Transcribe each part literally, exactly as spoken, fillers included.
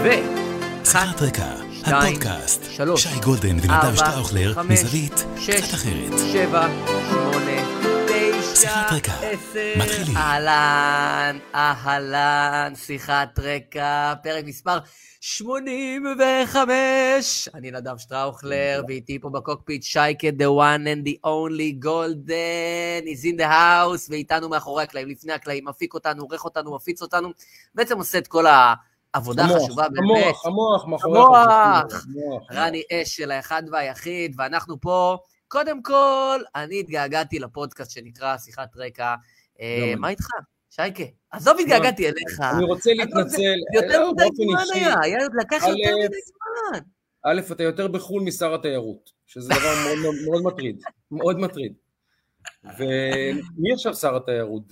ו... שיחת רקע, הפודקאסט. שלוש, שי גולדן ונדב שטראוכלר, מזווית קצת אחרת. שבע, שמונה, תשע, שיחת רקע, עשר, מתחילים. אהלן, אהלן, שיחת רקע, פרק מספר שמונים וחמש. אני נדב שטראוכלר, ואיתי פה בקוקפיט שייקה, the one and the only golden, is in the house, ואיתנו מאחורי הקלעים, לפני הקלעים, מפיק אותנו, עורך אותנו, מפיץ אותנו, בעצם עושה את כל העבודה החשובה באמת. המוח, המוח, מאחורי המוח, רני אש של האחד והיחיד, ואנחנו פה, קודם כל, אני התגעגעתי לפודקאסט שנקרא שיחת רקע. מה איתך? שייקה, עזוב התגעגעתי אליך. אני רוצה להתנצל. יותר מדי זמן היה, היה לקח יותר מדי זמן. א', אתה יותר בחול משר התיירות, שזה דבר מאוד מטריד, מאוד מטריד. ומי עכשיו שר התיירות?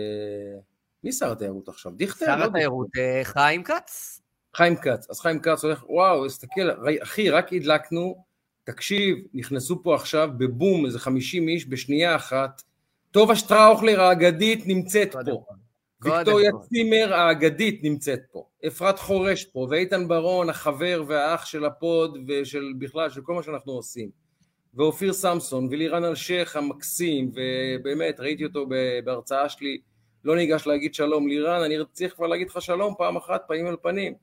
מי שר התיירות עכשיו? דיכטר? שר התיירות, חיים כץ. חיים כץ, אז חיים כץ הולך, וואו, הסתכל, אחי, רק הדלקנו, תקשיב, נכנסו פה עכשיו בבום, איזה חמישים איש בשנייה אחת, טובה שטראוכלר האגדית נמצאת פה, ויקטוריה צימר האגדית נמצאת פה, אפרת חורש פה, ואיתן ברון, החבר והאח של הפוד, ושל בכלל, של כל מה שאנחנו עושים, ואופיר סמסון, ולירן אלשך המקסים, ובאמת, ראיתי אותו בהרצאה שלי, לא ניגש להגיד שלום לירן, אני צריך כבר להגיד לך שלום פעם אחת, פנים על פנים,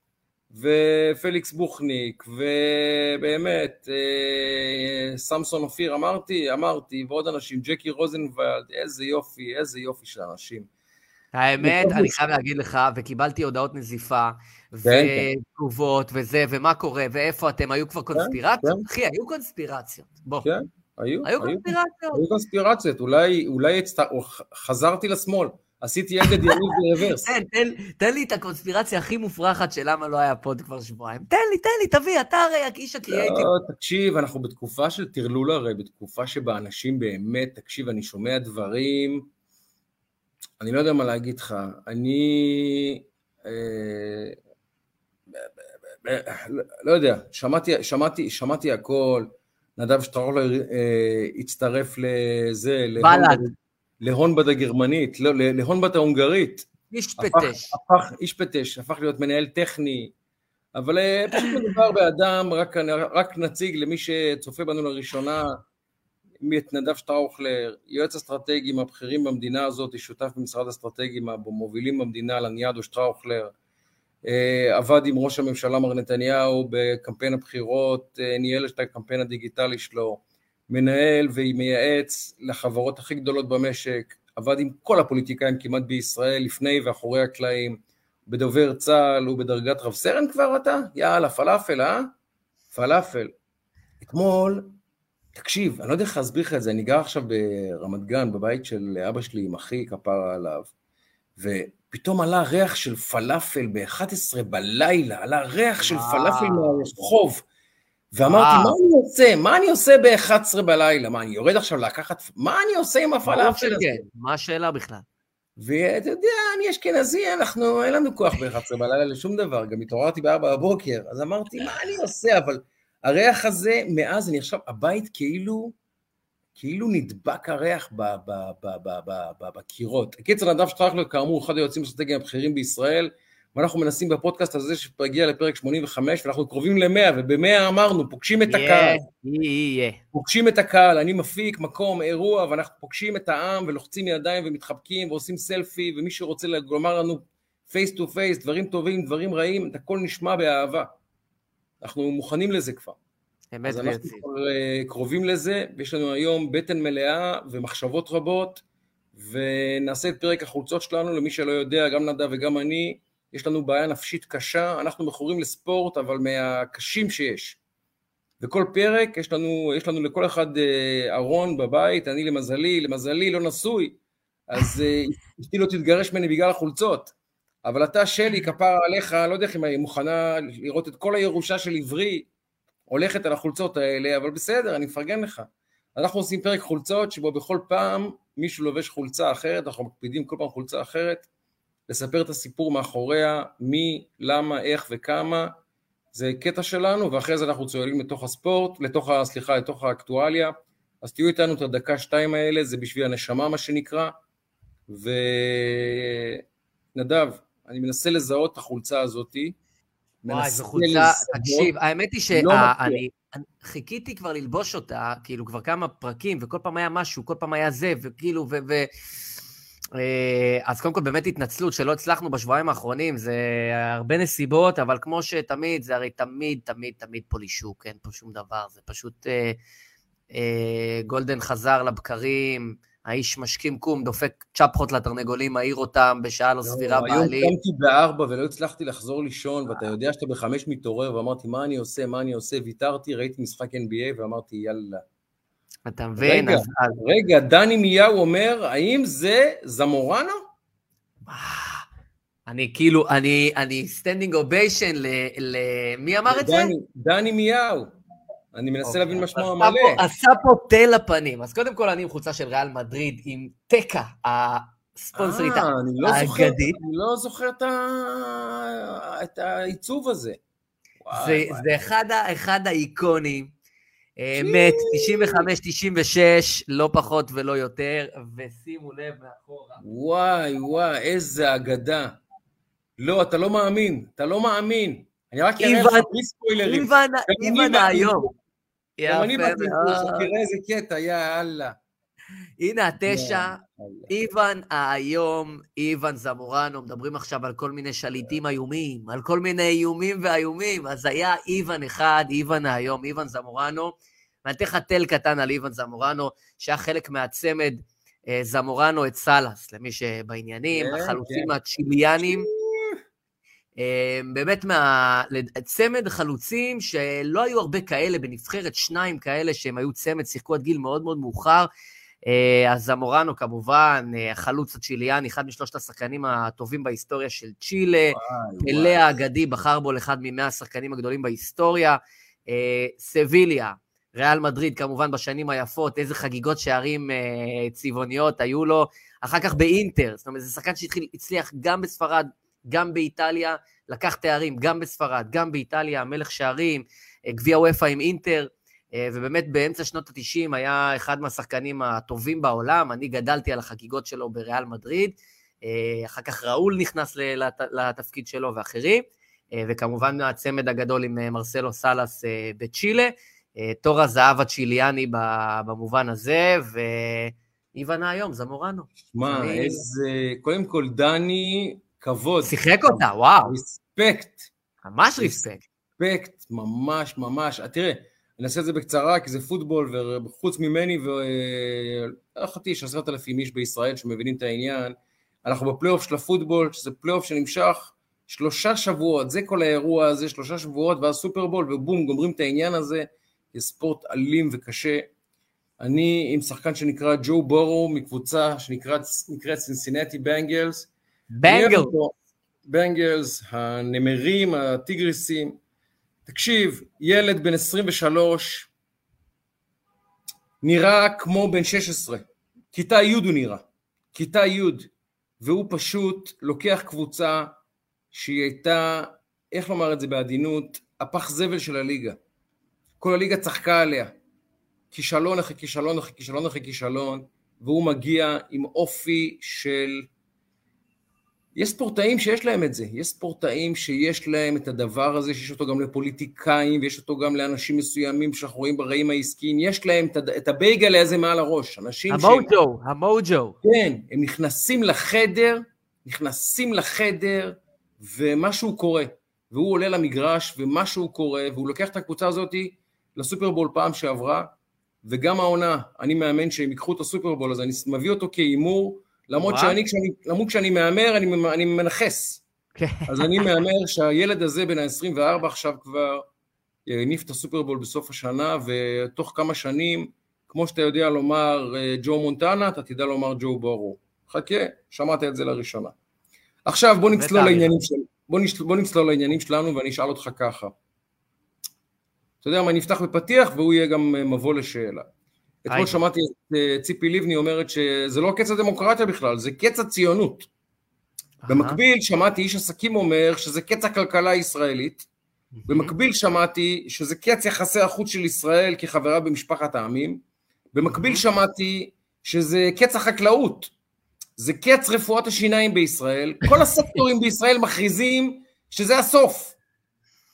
ופליקס בוכניק, ובאמת, סמסון אופיר, אמרתי, אמרתי, ועוד אנשים, ג'קי רוזנבלד, איזה יופי, איזה יופי של אנשים. האמת, אני חייב להגיד לך, וקיבלתי הודעות נזיפה, ותגובות, וזה, ומה קורה, ואיפה אתם, היו כבר קונספירציות? אחי, היו קונספירציות, בוא. כן, היו. היו קונספירציות. היו קונספירציות, אולי חזרתי לשמאל, עשיתי ילד ימין ברוורס. תן לי את הקונספירציה הכי מופרכת של למה לא היה פוד כבר שבועיים. תן לי, תן לי, תביא, אתה הרי איש הקריאייטיב. תקשיב, אנחנו בתקופה של טרלול הרי, בתקופה שבה אנשים באמת, תקשיב, אני שומע דברים, אני לא יודע מה להגיד לך, אני, לא יודע, שמעתי, שמעתי הכל, נדב שטראוכלר הצטרף לזה, להונבד הגרמנית, להונבד ההונגרית. איש פטש. איש פטש, הפך להיות מנהל טכני, אבל פשוט מדובר באדם, רק נציג למי שצופה בנו לראשונה, את נדב שטראוכלר, יועץ אסטרטגי מהבכירים במדינה הזאת, שותף במשרד אסטרטגי המובילים במדינה, לניאדו שטראוכלר, עבד עם ראש הממשלה מר נתניהו בקמפיין הבחירות, ניהל את הקמפיין הדיגיטלי שלו, מנהל ומייעץ לחברות הכי גדולות במשק, עבד עם כל הפוליטיקאים כמעט בישראל, לפני ואחורי הקלעים, בדובר צה"ל ובדרגת רב סרן כבר אתה? יאללה, פלאפל, אה? פלאפל. אתמול, תקשיב, אני לא יודע איך להסביר לך את זה, אני גר עכשיו ברמת גן, בבית של אבא שלי עם אחי, כפרה עליו, ופתאום עלה ריח של פלאפל ב-אחת עשרה בלילה, עלה ריח של פלאפל מהרחוב, ואמרתי, מה אני עושה? מה אני עושה ב-אחת עשרה בלילה? מה, אני יורד עכשיו לקחת, מה אני עושה עם הפלאפל הזה? מה השאלה בכלל? ואתה יודע, אני אשכנזי, אנחנו, אין לנו כוח ב-אחת עשרה בלילה לשום דבר, גם התעוררתי ב-ארבע בבוקר, אז אמרתי, מה אני עושה? אבל הריח הזה, מאז אני עכשיו, הבית כאילו, כאילו נדבק הריח בקירות. קיצר, נדב שטראוכלר, כאמור, אחד היועצים האסטרטגיים הבכירים בישראל, ואנחנו מנסים בפודקאסט הזה שפגיע לפרק שמונים וחמש, ואנחנו קרובים ל-מאה, וב-מאה אמרנו, פוגשים את הקהל. פוגשים את הקהל, אני מפיק מקום, אירוע, ואנחנו פוגשים את העם, ולוחצים ידיים ומתחבקים, ועושים סלפי, ומי שרוצה לומר לנו פייס טו פייס, דברים טובים, דברים רעים, את הכל נשמע באהבה. אנחנו מוכנים לזה כבר. אז אנחנו קרובים לזה, ויש לנו היום בטן מלאה ומחשבות רבות, ונעשה את פרק החולצות שלנו, למי שלא יודע, גם נדב וגם אני, יש לנו בעיה נפשית קשה, אנחנו מכורים לספורט, אבל מהקשים שיש. וכל פרק, יש לנו, יש לנו לכל אחד ארון בבית, אני למזלי, למזלי לא נשוי, אז אשתי לא תתגרש ממני בגלל החולצות, אבל אתה שלי, כפרה עליך, לא יודע אם היא מוכנה לראות את כל הירושה של עברי, הולכת על החולצות האלה, אבל בסדר, אני מפרגן לך. אנחנו עושים פרק חולצות, שבו בכל פעם מישהו לובש חולצה אחרת, אנחנו מקפידים כל פעם חולצה אחרת, לספר את הסיפור מאחוריה, מי, למה, איך וכמה, זה קטע שלנו, ואחרי זה אנחנו צועלים לתוך הספורט, לתוך, סליחה, לתוך האקטואליה, אז תהיו איתנו את הדקה שתיים האלה, זה בשביל הנשמה מה שנקרא, ונדב, אני מנסה לזהות את החולצה הזאת, וואי, זו חולצה, תקשיב, האמת היא שאני חיכיתי כבר ללבוש אותה, כאילו כבר כמה פרקים, וכל פעם היה משהו, כל פעם היה זה, וכאילו, ו... אז קודם כל באמת התנצלות שלא הצלחנו בשבועיים האחרונים, זה הרבה נסיבות, אבל כמו שתמיד, זה הרי תמיד, תמיד, תמיד פולישוק, אין פה שום דבר, זה פשוט גולדן חזר לבקרים, האיש משכים קום, דופק צ'פחות לתרנגולים, מעיר אותם בשעה לא סבירה בעלי. היום קמתי בארבע ולא הצלחתי לחזור לישון, ואתה יודע שאתה בחמש מתעורר, ואמרתי, מה אני עושה, מה אני עושה, ויתרתי, ראיתי משחק אן בי איי, ואמרתי, יאללה. אתה מבין? רגע, רגע, דני מיהו אומר, האם זה זמורנו? אני כאילו, אני, אני סטנדינג אוביישן למי אמר את זה? דני מיהו. אני מנסה להבין משמע המלא. עשה פה תל לפנים. אז קודם כל אני עם חולצה של ריאל מדריד, עם טקה, הספונסרית האגדית. אני לא זוכר את העיצוב הזה. זה אחד האיקונים, מת, תשעים וחמש תשעים ושש, לא פחות ולא יותר, ושימו לב מאחורה. וואי, וואי, איזה אגדה. לא, אתה לא מאמין, אתה לא מאמין. אני רק אראה לך בלי ספוילרים. איוון היום. גם אני בטינפוס, תראה איזה קטע, יא אללה. הנה התשע, איוון היום, איוון זמורנו, מדברים עכשיו על כל מיני שליטים איומים, על כל מיני איומים ואיומים, אז היה איוון אחד, איוון היום, איוון זמורנו, ואני אתן לך תל קטן על איוון זמורנו, שהיה חלק מהצמד זמורנו את סלאס, למי שבעניינים, החלוצים הצ'יליאנים, באמת צמד חלוצים שלא היו הרבה כאלה בנבחרת, שניים כאלה שהם היו צמד, שיחקו עד גיל מאוד מאוד מאוחר, אז זמורנו כמובן, החלוץ הצ'יליאני, אחד משלושת השחקנים הטובים בהיסטוריה של צ'ילה, פלא האגדי בחר בו לאחד ממאה השחקנים הגדולים בהיסטוריה, סביליה, ריאל מדריד כמובן בשנים היפות, איזה חגיגות שערים צבעוניות היו לו, אחר כך באינטר, זאת אומרת זה שחקן שהצליח גם בספרד, גם באיטליה, לקח תארים גם בספרד, גם באיטליה, מלך שערים, גביע וופא עם אינטר, ובאמת באמצע שנות ה-תשעים היה אחד מהשחקנים הטובים בעולם, אני גדלתי על החגיגות שלו בריאל מדריד, אחר כך ראול נכנס לתפקיד שלו ואחרים, וכמובן הצמד הגדול עם מרסלו סלאס בצ'ילה, תור הזהב הצ'יליאני במובן הזה, ואיוון היום, זמורנו. מה, איזה, קודם כל דני, כבוד. שיחק אותה, וואו. ריספקט. ממש ריספקט. ריספקט, ממש, ממש. תראה, אני אעשה את זה בקצרה, כי זה פוטבול, וחוץ ממני, ואחתי, יש עשרת אלפים איש בישראל שמבינים את העניין, אנחנו בפלייאוף של הפוטבול, שזה פלייאוף שנמשך שלושה שבועות, זה כל האירוע הזה, שלושה שבועות, ואז סופרבול, ובום, גומרים את העניין הזה, זה ספורט אלים וקשה. אני עם שחקן שנקרא ג'ו בורו, מקבוצה שנקראת סינסינטי בנגלס, בנגלס. בנגלס, הנמרים, הטיגריסים, תקשיב, ילד בן עשרים ושלוש, נראה כמו בן שש עשרה, כיתה י' הוא נראה, כיתה י', והוא פשוט לוקח קבוצה שהיא הייתה, איך לומר את זה בעדינות, הפח זבל של הליגה. כל הליגה צחקה עליה, כישלון אחרי כישלון אחרי כישלון אחרי כישלון, והוא מגיע עם אופי של... יש ספורטאים שיש להם את זה, יש ספורטאים שיש להם את הדבר הזה, שיש אותו גם לפוליטיקאים, ויש אותו גם לאנשים מסוימים שאנחנו רואים ברעים העסקיים, יש להם את הבייגלה הזה מעל הראש, אנשים המוג'ו, שהם... המוג'ו. כן, הם נכנסים לחדר, נכנסים לחדר, ומשהו קורה, והוא עולה למגרש, ומשהו קורה, והוא לוקח את הקבוצה הזאת לסופרבול פעם שעברה, וגם העונה, אני מאמן שהם ייקחו את הסופרבול, אז אני מביא אותו כאימור, למרות שאני, כשאני, למרות כשאני מאמר, אני, אני מנחס. אז אני מאמר שהילד הזה בין ה-עשרים וארבע עכשיו כבר יניף את הסופרבול בסוף השנה, ותוך כמה שנים, כמו שאתה יודע לומר ג'ו מונטנה, אתה תדע לומר ג'ו בורו. חכה, שמעת את זה לראשונה. עכשיו בוא נצלול לעניינים שלנו, בוא, נצל, בוא נצלול לעניינים שלנו, ואני אשאל אותך ככה. אתה יודע מה, נפתח בפתיח, והוא יהיה גם מבוא לשאלה. אתמול שמעתי את ציפי לבני אומרת שזה לא קץ הדמוקרטיה בכלל, זה קץ הציונות. במקביל שמעתי איש עסקים אומר שזה קץ הכלכלה הישראלית, במקביל שמעתי שזה קץ יחסי החוץ של ישראל כחברה במשפחת העמים, במקביל שמעתי שזה קץ החקלאות, זה קץ רפואת השיניים בישראל, כל הסקטורים בישראל מכריזים שזה הסוף.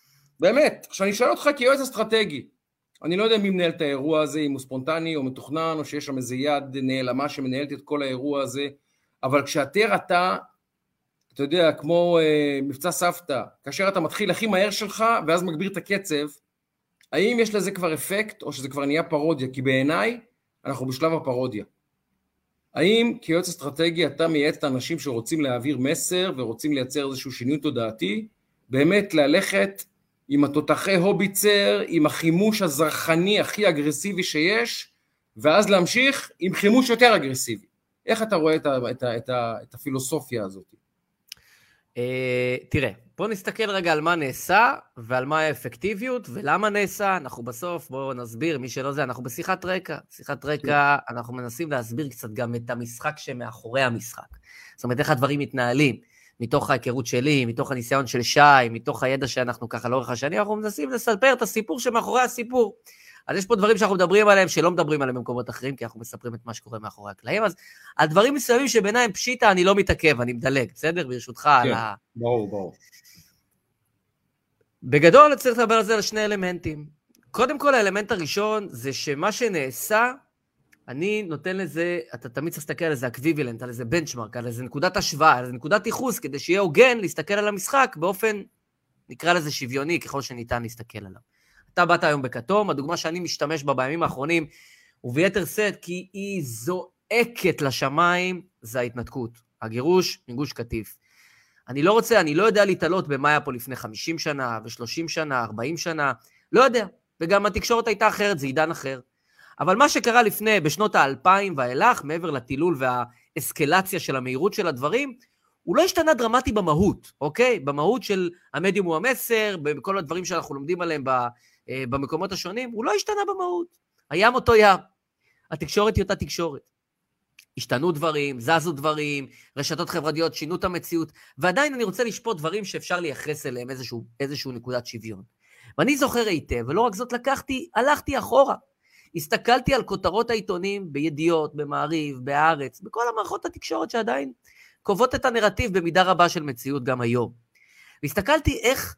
באמת, עכשיו אני אשאל אותך כיועץ אסטרטגי, אני לא יודע מי מנהל את האירוע הזה, אם הוא ספונטני או מתוכנן, או שיש שם איזה יד נעלמה שמנהלת את כל האירוע הזה, אבל כשאתה אתה, אתה יודע, כמו אה, מבצע סבתא, כאשר אתה מתחיל הכי מהר שלך, ואז מגביר את הקצב, האם יש לזה כבר אפקט, או שזה כבר נהיה פרודיה? כי בעיניי, אנחנו בשלב הפרודיה. האם כיועץ אסטרטגי אתה מייעץ את האנשים שרוצים להעביר מסר, ורוצים לייצר איזשהו שינוי תודעתי, באמת ללכת עם התותחי הוביצר, עם החימוש הזרחני הכי אגרסיבי שיש, ואז להמשיך עם חימוש יותר אגרסיבי. איך אתה רואה את, ה, את, ה, את, ה, את הפילוסופיה הזאת? תראה, בוא נסתכל רגע על מה נעשה, ועל מה האפקטיביות, ולמה נעשה. אנחנו בסוף, בואו נסביר, מי שלא זה, אנחנו בשיחת רקע. שיחת רקע, אנחנו מנסים להסביר קצת גם את המשחק שמאחורי המשחק. זאת אומרת, איך הדברים מתנהלים. מתוך ההיכרות שלי, מתוך הניסיון של שי, מתוך הידע שאנחנו ככה לאורך השנים, אנחנו מנסים לספר את הסיפור שמאחורי הסיפור. אז יש פה דברים שאנחנו מדברים עליהם, שלא מדברים עליהם במקומות אחרים, כי אנחנו מספרים את מה שקורה מאחורי הקלעים, אז על דברים מסוימים שבעיניים פשיטה, אני לא מתעכב, אני מדלג, בסדר? ברשותך כן, על ה... ברור, ברור. בגדול, צריך לדבר על זה על שני אלמנטים. קודם כל, האלמנט הראשון, זה שמה שנעשה, אני נותן לזה, אתה תמיד צריך להסתכל על איזה אקוויבילנט, על איזה בנצ'מרק, על איזה נקודת השוואה, על איזה נקודת ייחוס, כדי שיהיה הוגן להסתכל על המשחק באופן, נקרא לזה שוויוני, ככל שניתן להסתכל עליו. אתה באת היום בכתום, הדוגמה שאני משתמש בה בימים האחרונים, וביתר סט, כי היא זועקת לשמיים, זה ההתנתקות, הגירוש מגוש קטיף. אני לא רוצה, אני לא יודע להתעלות במה היה פה לפני חמישים שנה, ו-שלושים שנה, ארבעים שנה, לא יודע, וגם התקשורת הייתה אחרת, זה עידן אחר. אבל מה שקרה לפני, בשנות האלפיים ואילך, מעבר לטילול והאסקלציה של המהירות של הדברים, הוא לא השתנה דרמטי במהות, אוקיי? במהות של המדיום הוא המסר, בכל הדברים שאנחנו לומדים עליהם במקומות השונים, הוא לא השתנה במהות. הים אותו ים. התקשורת היא אותה תקשורת. השתנו דברים, זזו דברים, רשתות חברתיות, שינו את המציאות, ועדיין אני רוצה לשפוט דברים שאפשר לייחס אליהם איזשהו, איזשהו נקודת שוויון. ואני זוכר היטב, ולא רק זאת לקחתי, הלכתי אחורה. הסתכלתי על כותרות העיתונים בידיעות, במעריב, בארץ, בכל המערכות התקשורת שעדיין קובעות את הנרטיב במידה רבה של מציאות גם היום. והסתכלתי איך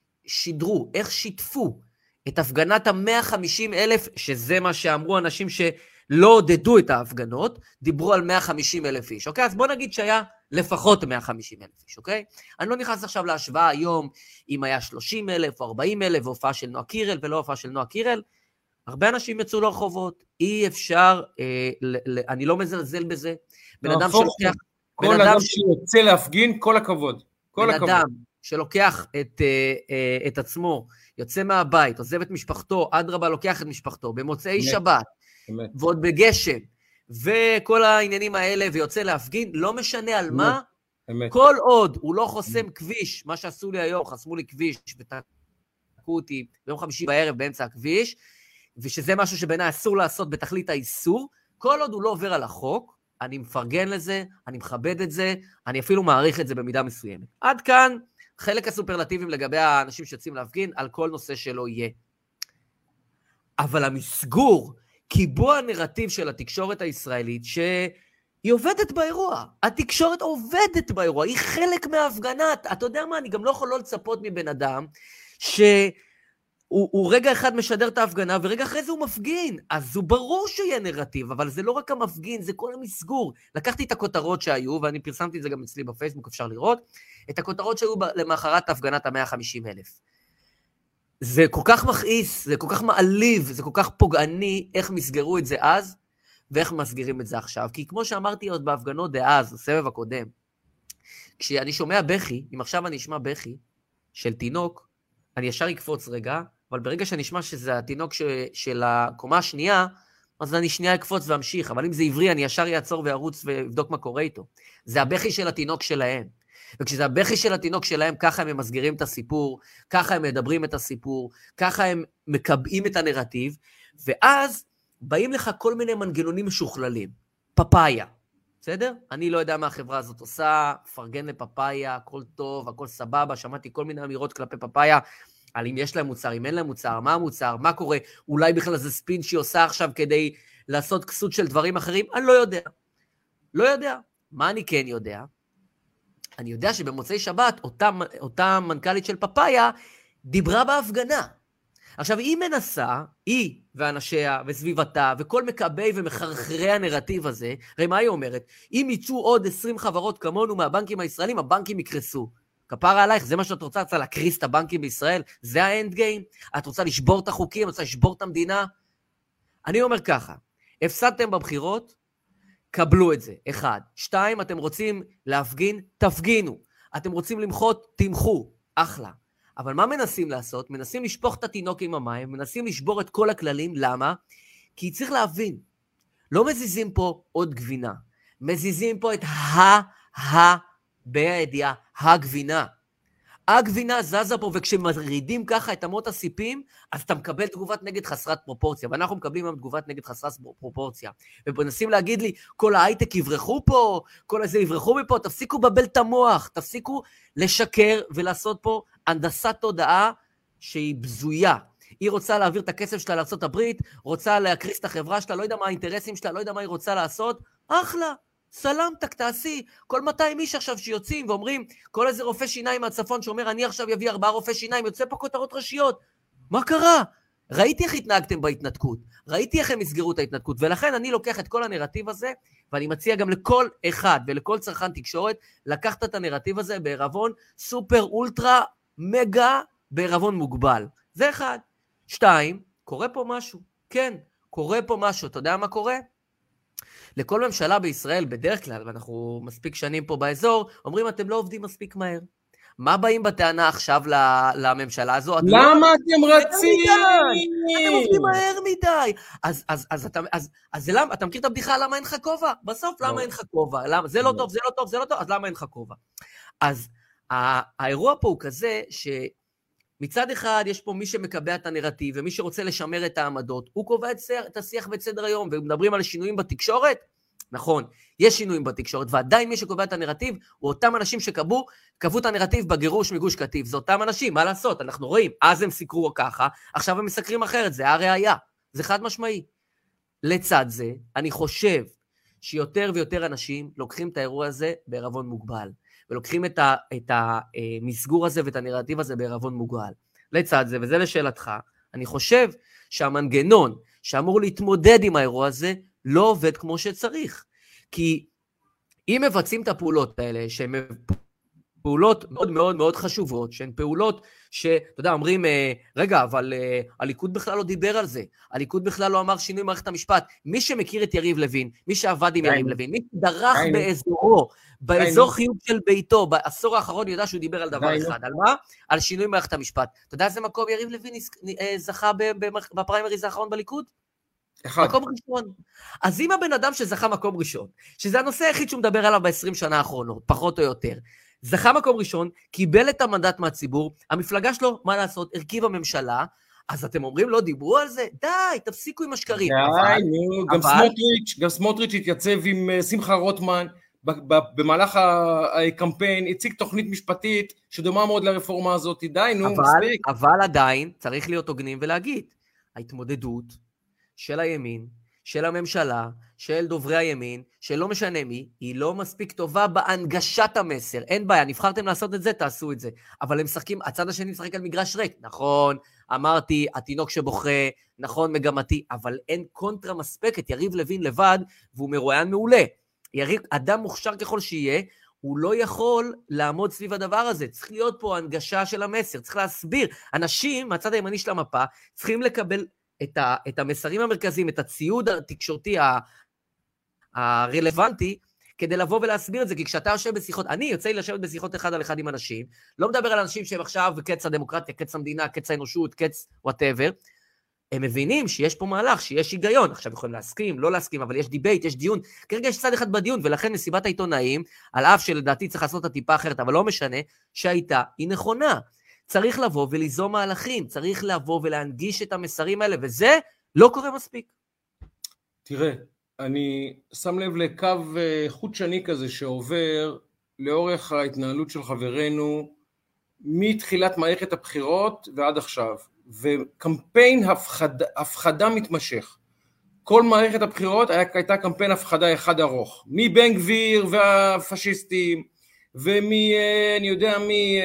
שידרו, איך שיתפו את הפגנת ה-מאה וחמישים אלף, שזה מה שאמרו אנשים שלא עודדו את ההפגנות, דיברו על מאה וחמישים אלף איש, אוקיי? אז בוא נגיד שהיה לפחות מאה וחמישים אלף איש, אוקיי? אני לא נכנס עכשיו להשוואה היום, אם היה שלושים אלף או ארבעים אלף, והופעה של נועה קירל ולא הופעה של נועה קירל, הרבה אנשים יצאו לרחובות, אי אפשר, אה, ל, ל, אני לא מזלזל בזה, בן אדם שלוקח... כל אדם שיוצא להפגין, כל הכבוד. כל בן אדם שלוקח את, אה, אה, את עצמו, יוצא מהבית, עוזב את משפחתו, אדרבה לוקח את משפחתו, במוצאי אמת, שבת, אמת. ועוד בגשם, וכל העניינים האלה, ויוצא להפגין, לא משנה על אמת, מה, אמת. כל עוד הוא לא חוסם כביש, מה שעשו לי היום, חסמו לי כביש, ותקעו אותי ביום חמישי בערב באמצע הכביש, ושזה משהו שבעיניי אסור לעשות בתכלית האיסור, כל עוד הוא לא עובר על החוק, אני מפרגן לזה, אני מכבד את זה, אני אפילו מעריך את זה במידה מסוימת. עד כאן, חלק הסופרלטיביים לגבי האנשים שיוצאים להפגין, על כל נושא שלא יהיה. אבל המסגור, קיבוע הנרטיב של התקשורת הישראלית, שהיא עובדת באירוע, התקשורת עובדת באירוע, היא חלק מההפגנה, אתה יודע מה, אני גם לא יכול לא לצפות מבן אדם, ש... הוא, הוא רגע אחד משדר את ההפגנה, ורגע אחרי זה הוא מפגין. אז הוא ברור שיהיה נרטיב, אבל זה לא רק המפגין, זה כל המסגור. לקחתי את הכותרות שהיו, ואני פרסמתי את זה גם אצלי בפייסבוק, אפשר לראות, את הכותרות שהיו למאחרת הפגנת ה-מאה וחמישים אלף. זה כל כך מכעיס, זה כל כך מעליב, זה כל כך פוגעני, איך מסגרו את זה אז, ואיך מסגירים את זה עכשיו. כי כמו שאמרתי עוד בהפגנות דאז, בסבב הקודם, כשאני שומע בכי, אם עכשיו אני אשמע בכי של תינוק, אני ישר אקפוץ רגע, אבל ברגע שאני אשמע שזה התינוק ש... של הקומה השנייה, אז אני שנייה אקפוץ ואמשיך, אבל אם זה עברי, אני ישר יעצור וירוץ ובדוק מה קורה איתו. זה הבכי של התינוק שלהם. וכשזה הבכי של התינוק שלהם, ככה הם מסגירים את הסיפור, ככה הם מדברים את הסיפור, ככה הם מקבעים את הנרטיב, ואז באים לך כל מיני מנגנונים משוכללים. פפאיה, בסדר? אני לא יודע מה החברה הזאת עושה, פרגן לפפאיה, הכל טוב, הכל סבבה, שמעתי כל מיני אמירות כלפי פפאיה, על אם יש להם מוצר, אם אין להם מוצר, מה המוצר, מה קורה, אולי בכלל זה ספין שהיא עושה עכשיו כדי לעשות כסות של דברים אחרים, אני לא יודע. לא יודע. מה אני כן יודע? אני יודע שבמוצאי שבת, אותה, אותה מנכ"לית של פפאיה, דיברה בהפגנה. עכשיו, היא מנסה, היא ואנשיה וסביבתה, וכל מקבי ומחרחרי הנרטיב הזה, הרי מה היא אומרת? אם יצאו עוד עשרים חברות כמונו מהבנקים הישראלים, הבנקים יקרסו. כפרה עלייך, זה מה שאת רוצה, את רוצה להקריס את הבנקים בישראל? זה האנד גיים? את רוצה לשבור את החוקים? את רוצה לשבור את המדינה? אני אומר ככה, הפסדתם בבחירות, קבלו את זה, אחד. שתיים, אתם רוצים להפגין, תפגינו. אתם רוצים למחות, תמחו, אחלה. אבל מה מנסים לעשות? מנסים לשפוך את התינוק עם המים, מנסים לשבור את כל הכללים, למה? כי צריך להבין, לא מזיזים פה עוד גבינה, מזיזים פה את ה-ה בידיעה, הגבינה. הגבינה זזה פה, וכשמרידים ככה את אמות הסיפים, אז אתה מקבל תגובת נגד חסרת פרופורציה, ואנחנו מקבלים היום תגובת נגד חסרת פרופורציה, ומנסים להגיד לי, כל ההייטק יברחו פה, כל הזה יברחו מפה, תפסיקו בבל את המוח, תפסיקו לשקר ולעשות פה הנדסת תודעה שהיא בזויה. היא רוצה להעביר את הכסף שלה לארצות הברית, רוצה להקריס את החברה שלה, לא יודע מה האינטרסים שלה, לא יודע מה היא רוצה לעשות, אחלה. סלמתק, תעשי, כל מאתיים איש עכשיו שיוצאים ואומרים, כל איזה רופא שיניים מהצפון שאומר, אני עכשיו יביא ארבעה רופא שיניים, יוצא פה כותרות ראשיות. מה קרה? ראיתי איך התנהגתם בהתנתקות, ראיתי איך הם הסגרו את ההתנתקות, ולכן אני לוקח את כל הנרטיב הזה, ואני מציע גם לכל אחד ולכל צרכן תקשורת, לקחת את הנרטיב הזה בערבון סופר אולטרה מגה בערבון מוגבל. זה אחד. שתיים, קורה פה משהו. כן, קורה פה משהו. אתה יודע מה קורה? לכל ממשלה בישראל, בדרך כלל, ואנחנו מספיק שנים פה באזור, אומרים, אתם לא עובדים מספיק מהר. מה באים בטענה עכשיו לממשלה הזו? למה אתם רצים? אתם עובדים מהר מדי. אז למה? אתה מכיר את הבדיחה למה אין לך כובע? בסוף למה אין לך כובע? זה לא טוב, זה לא טוב, זה לא טוב, אז למה אין לך כובע? אז האירוע פה הוא כזה שמצד אחד יש פה מי שמקבע את הנרטיב, ומי שרוצה לשמר את העמדות, הוא קובע את השיח ואת סדר היום, ומדברים על שינויים בתקשורת, נכון, יש שינויים בתקשורת, ועדיין מי שקובע את הנרטיב, הוא אותם אנשים שקבעו, קבעו את הנרטיב בגירוש מגוש קטיף, זה אותם אנשים, מה לעשות, אנחנו רואים, אז הם סיקרו ככה, עכשיו הם מסקרים אחרת, זה הראיה, זה חד משמעי. לצד זה, אני חושב שיותר ויותר אנשים לוקחים את האירוע הזה בערבון מוגבל, ולוקחים את, ה, את המסגור הזה ואת הנרטיב הזה בערבון מוגבל. לצד זה, וזה לשאלתך, אני חושב שהמנגנון שאמור להתמודד עם האירוע הזה, לא עובד כמו שצריך. כי אם מבצעים את הפעולות האלה, שהן פעולות מאוד מאוד מאוד חשובות, שהן פעולות שאתה יודע, אומרים, רגע, אבל הליכוד בכלל לא דיבר על זה, הליכוד בכלל לא אמר שינוי מערכת המשפט, מי שמכיר את יריב לוין, מי שעבד עם יריב לוין, מי שדרך באזורו, באזור חיוב של ביתו, בעשור האחרון יודע שהוא דיבר על דבר אחד, על מה? על שינוי מערכת המשפט. אתה יודע איזה מקום יריב לוין זכה בפריימריז האחרון בליכוד? אחד. מקום ראשון. אז אם הבן אדם שזכה מקום ראשון, שזה הנושא היחיד שהוא מדבר עליו ב-עשרים שנה האחרונות, פחות או יותר, זכה מקום ראשון, קיבל את המנדט מהציבור, המפלגה שלו, מה לעשות, הרכיב הממשלה, אז אתם אומרים, לא דיברו על זה? די, תפסיקו עם השקרים. די, נו, גם סמוטריץ', גם סמוטריץ' התייצב עם שמחה רוטמן, במהלך הקמפיין, הציג תוכנית משפטית, שדומה מאוד לרפורמה הזאת, די, נו, מספיק. אבל עדיין, צריך להיות הוגנים ולהגיד, ההתמודדות של הימין, של הממשלה, של דוברי הימין, שלא משנה מי, היא לא מספיק טובה בהנגשת המסר. אין בעיה, נבחרתם לעשות את זה, תעשו את זה. אבל הם משחקים, הצד השני משחק על מגרש ריק. נכון, אמרתי, התינוק שבוכה, נכון, מגמתי, אבל אין קונטרה מספקת. יריב לוין לבד, והוא מרואיין מעולה. יריב, אדם מוכשר ככל שיהיה, הוא לא יכול לעמוד סביב הדבר הזה. צריך להיות פה הנגשה של המסר, צריך להסביר. אנשים, מהצד הימני של המפה, צריכים לקבל את, ה, את המסרים המרכזיים, את הציוד התקשורתי הרלוונטי, כדי לבוא ולהסביר את זה, כי כשאתה יושב בשיחות, אני יוצא לי לשבת בשיחות אחד על אחד עם אנשים, לא מדבר על אנשים שהם עכשיו קץ הדמוקרטיה, קץ המדינה, קץ האנושות, קץ whatever, הם מבינים שיש פה מהלך, שיש היגיון, עכשיו יכולים להסכים, לא להסכים, אבל יש דיבייט, יש דיון, כרגע יש צד אחד בדיון, ולכן מסיבת העיתונאים, על אף שלדעתי צריך לעשות את הטיפה אחרת, אבל לא משנה, שהייתה, היא נכונה. צריך לבוא וליזום מהלכים, צריך לבוא ולהנגיש את המסרים האלה, וזה לא קורה מספיק. תראה, אני שם לב לקו חוט שני כזה שעובר לאורך ההתנהלות של חברנו, מתחילת מערכת הבחירות ועד עכשיו, וקמפיין הפחד, הפחדה מתמשך. כל מערכת הבחירות הייתה קמפיין הפחדה אחד ארוך, מבן גביר והפשיסטים, ומי, אני יודע, מי,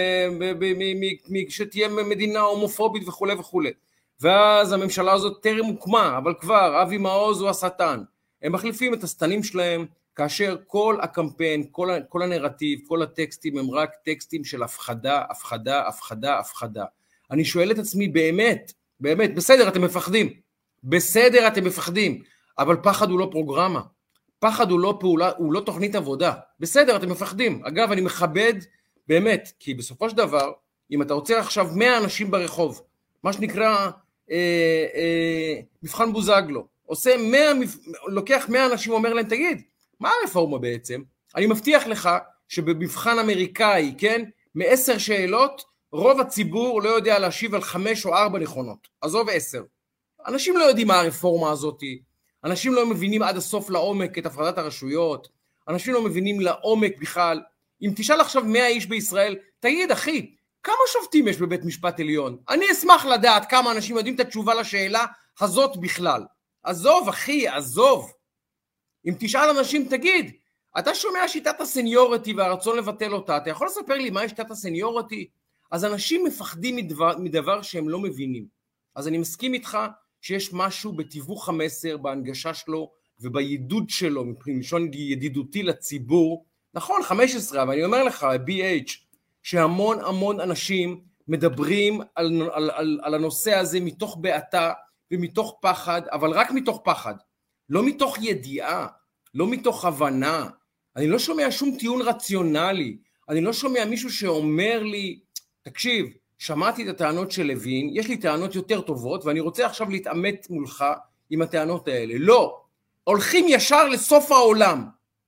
שתהיה מדינה הומופובית וכו' וכו'. ואז הממשלה הזאת טרם הוקמה, אבל כבר, אבי מעוז הוא השטן. הם מחליפים את הסטנים שלהם, כאשר כל הקמפיין, כל, כל הנרטיב, כל הטקסטים הם רק טקסטים של הפחדה, הפחדה, הפחדה, הפחדה. אני שואל את עצמי באמת, באמת, בסדר, אתם מפחדים. בסדר, אתם מפחדים. אבל פחד הוא לא פרוגרמה. פחד הוא לא פעולה, הוא לא תוכנית עבודה. בסדר, אתם מפחדים. אגב, אני מכבד באמת, כי בסופו של דבר, אם אתה רוצה עכשיו מאה אנשים ברחוב, מה שנקרא אה, אה, מבחן בוזגלו, עושה מאה, לוקח מאה אנשים ואומר להם, תגיד, מה הרפורמה בעצם? אני מבטיח לך שבמבחן אמריקאי, כן, מעשר שאלות, רוב הציבור לא יודע להשיב על חמש או ארבע נכונות. עזוב עשר. אנשים לא יודעים מה הרפורמה הזאת, אנשים לא מבינים עד הסוף לעומק את הפרדת הרשויות, אנשים לא מבינים לעומק בכלל. אם תשאל עכשיו מאה איש בישראל, תגיד אחי, כמה שופטים יש בבית משפט עליון? אני אשמח לדעת כמה אנשים יודעים את התשובה לשאלה הזאת בכלל. עזוב אחי, עזוב. אם תשאל אנשים, תגיד, אתה שומע שיטת הסניוריטי והרצון לבטל אותה, אתה יכול לספר לי מה שיטת הסניוריטי? אז אנשים מפחדים מדבר, מדבר שהם לא מבינים. אז אני מסכים איתך שיש משהו בתיווך המסר, בהנגשה שלו וביידוד שלו, מלשון ידידותי לציבור. נכון, חמש עשרה, אבל אני אומר לך, בי אייץ', שהמון המון אנשים מדברים על, על, על, על הנושא הזה מתוך בעתה ומתוך פחד, אבל רק מתוך פחד. לא מתוך ידיעה, לא מתוך הבנה. אני לא שומע שום טיעון רציונלי. אני לא שומע מישהו שאומר לי, תקשיב, שמעתי את הטענות של לוין, יש לי טענות יותר טובות, ואני רוצה עכשיו להתאמת מולך עם הטענות האלה. לא, הולכים ישר לסוף העולם.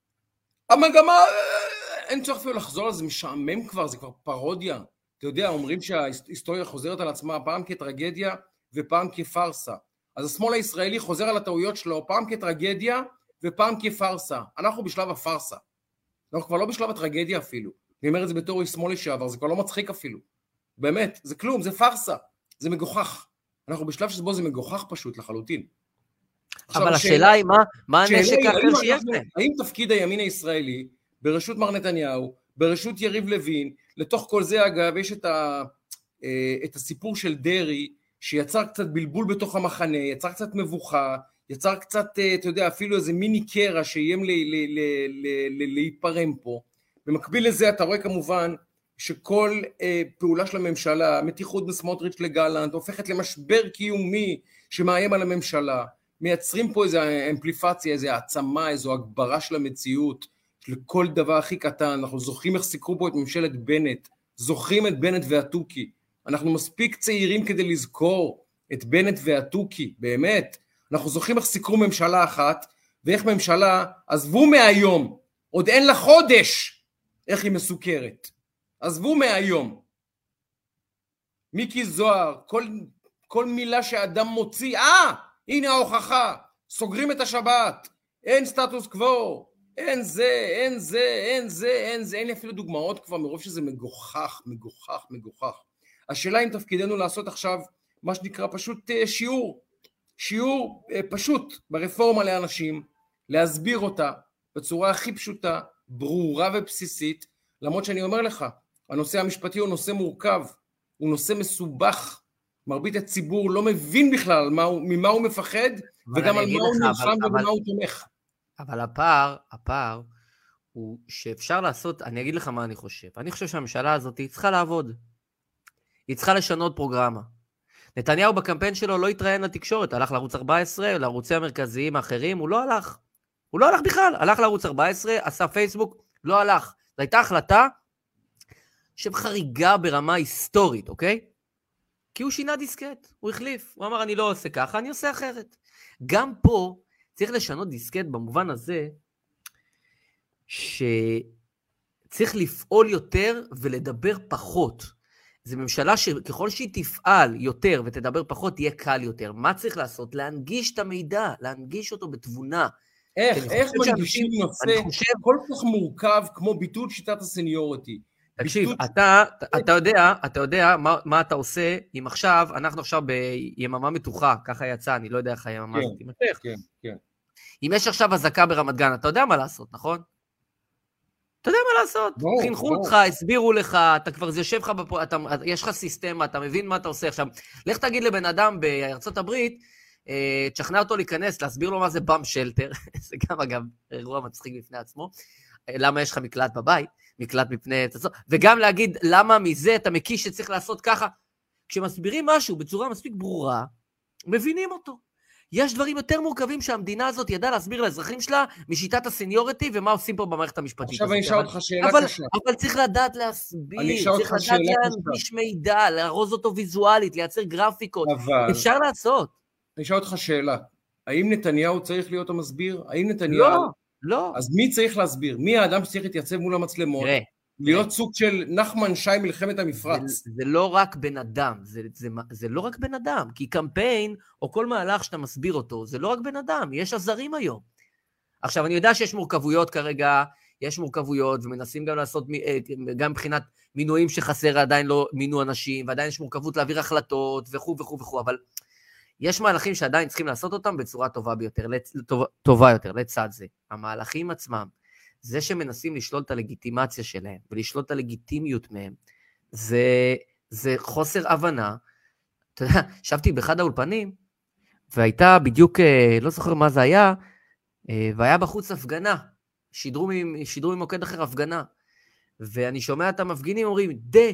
המגמה, אין צורך אפילו לחזור על זה, משעמם כבר, זה כבר פרודיה. אתה יודע, אומרים שההיסטוריה חוזרת על עצמה פעם כטרגדיה ופעם כפרסה. אז השמאל הישראלי חוזר על הטעויות שלו, פעם כטרגדיה ופעם כפרסה. אנחנו בשלב הפרסה. אנחנו כבר לא בשלב הטרגדיה אפילו. אני אומר את זה בתור איש שמאל לשעבר, זה כבר לא מצחיק אפילו. באמת, זה כלום, זה פרסה. זה מגוחך. אנחנו בשלב שבו זה מגוחך פשוט לחלוטין. אבל השאלה היא מה, מה הנשק האחר שיש להם? האם תפקיד הימין הישראלי, בראשות מר נתניהו, בראשות יריב לוין, לתוך כל זה אגב, יש את, ה, את הסיפור של דרי, שיצר קצת בלבול בתוך המחנה, יצר קצת מבוכה, יצר קצת, אתה יודע, אפילו איזה מיני קרע שאיים להיפרם פה. במקביל לזה אתה רואה כמובן שכל אה, פעולה של הממשלה, מתיחות בסמוטריץ' לגלנט, הופכת למשבר קיומי שמאיים על הממשלה, מייצרים פה איזו אמפליפציה, איזו העצמה, איזו הגברה של המציאות, לכל דבר הכי קטן. אנחנו זוכרים איך סיקרו פה את ממשלת בנט, זוכרים את בנט והטוקי, אנחנו מספיק צעירים כדי לזכור את בנט והטוקי, באמת, אנחנו זוכרים איך סיקרו ממשלה אחת, ואיך ממשלה, עזבו מהיום, עוד אין לה חודש, איך היא מסוכרת. עזבו מהיום. מיקי זוהר, כל, כל מילה שאדם מוציא, אה, הנה ההוכחה, סוגרים את השבת, אין סטטוס קוו, אין זה, אין זה, אין זה, אין זה, אין לי אפילו דוגמאות כבר, מרוב שזה מגוחך, מגוחך, מגוחך. השאלה אם תפקידנו לעשות עכשיו, מה שנקרא פשוט שיעור, שיעור פשוט ברפורמה לאנשים, להסביר אותה בצורה הכי פשוטה, ברורה ובסיסית, למרות שאני אומר לך, הנושא המשפטי הוא נושא מורכב, הוא נושא מסובך, מרבית הציבור לא מבין בכלל מה הוא, ממה הוא מפחד, וגם על מה הוא נלחם ובמה הוא תומך. אבל הפער, הפער, הוא שאפשר לעשות, אני אגיד לך מה אני חושב, אני חושב שהממשלה הזאת היא צריכה לעבוד, היא צריכה לשנות פרוגרמה. נתניהו בקמפיין שלו לא התראיין לתקשורת, הלך לערוץ ארבע עשרה, לערוצי המרכזיים האחרים, הוא לא הלך, הוא לא הלך בכלל, הלך לערוץ ארבע עשרה, עשה פייסבוק, לא הלך. זו הייתה החלטה שחריגה ברמה היסטורית, אוקיי? כי הוא שינה דיסקט, הוא החליף, הוא אמר אני לא עושה ככה, אני עושה אחרת. גם פה צריך לשנות דיסקט במובן הזה, שצריך לפעול יותר ולדבר פחות. זו ממשלה שככל שהיא תפעל יותר ותדבר פחות, תהיה קל יותר. מה צריך לעשות? להנגיש את המידע, להנגיש אותו בתבונה. איך, איך מנגישים נושא חושב... כל כך מורכב כמו ביטול שיטת הסניוריטי? תקשיב, ביטול... אתה, אתה יודע, אתה יודע מה, מה אתה עושה אם עכשיו, אנחנו עכשיו ביממה מתוחה, ככה יצא, אני לא יודע איך היממה הזאת תימשך. כן, כן. אם יש עכשיו הזקה ברמת גן, אתה יודע מה לעשות, נכון? אתה יודע מה לעשות, חינכו אותך, הסבירו לך, אתה כבר יושב לך, יש לך סיסטמה, אתה מבין מה אתה עושה. עכשיו, לך תגיד לבן אדם בארצות הברית, תשכנע אותו להיכנס, להסביר לו מה זה באם שלטר, זה גם אגב אירוע מצחיק בפני עצמו, למה יש לך מקלט בבית, מקלט מפני, וגם להגיד למה מזה אתה מקיש שצריך לעשות ככה, כשמסבירים משהו בצורה מספיק ברורה, מבינים אותו. יש דברים יותר מורכבים שהמדינה הזאת ידעה להסביר לאזרחים שלה, משיטת הסניוריטי, ומה עושים פה במערכת המשפטית. עכשיו אני אשאל אותך שאלה אבל, קשה. אבל צריך לדעת להסביר, צריך לדעת להנגיש מידע, לארוז אותו ויזואלית, לייצר גרפיקות. אבל... אפשר לעשות. אני אשאל אותך שאלה. האם נתניהו צריך להיות המסביר? האם נתניהו... לא, לא. אז מי צריך להסביר? מי האדם שצריך להתייצב מול המצלמות? תראה. להיות סוג של נחמן שי מלחמת המפרץ. זה, זה לא רק בן אדם, זה, זה, זה לא רק בן אדם, כי קמפיין או כל מהלך שאתה מסביר אותו, זה לא רק בן אדם, יש עזרים היום. עכשיו, אני יודע שיש מורכבויות כרגע, יש מורכבויות, ומנסים גם לעשות, גם מבחינת מינויים שחסר, עדיין לא מינו אנשים, ועדיין יש מורכבות להעביר החלטות, וכו' וכו' וכו', אבל יש מהלכים שעדיין צריכים לעשות אותם בצורה טובה ביותר, טובה, טובה יותר, לצד זה. המהלכים עצמם, זה שמנסים לשלול את הלגיטימציה שלהם, ולשלול את הלגיטימיות מהם, זה, זה חוסר הבנה. אתה יודע, שבתי באחד האולפנים, והייתה בדיוק, לא זוכר מה זה היה, והיה בחוץ הפגנה, שידרו, שידרו ממוקד אחר הפגנה, ואני שומע את המפגינים אומרים,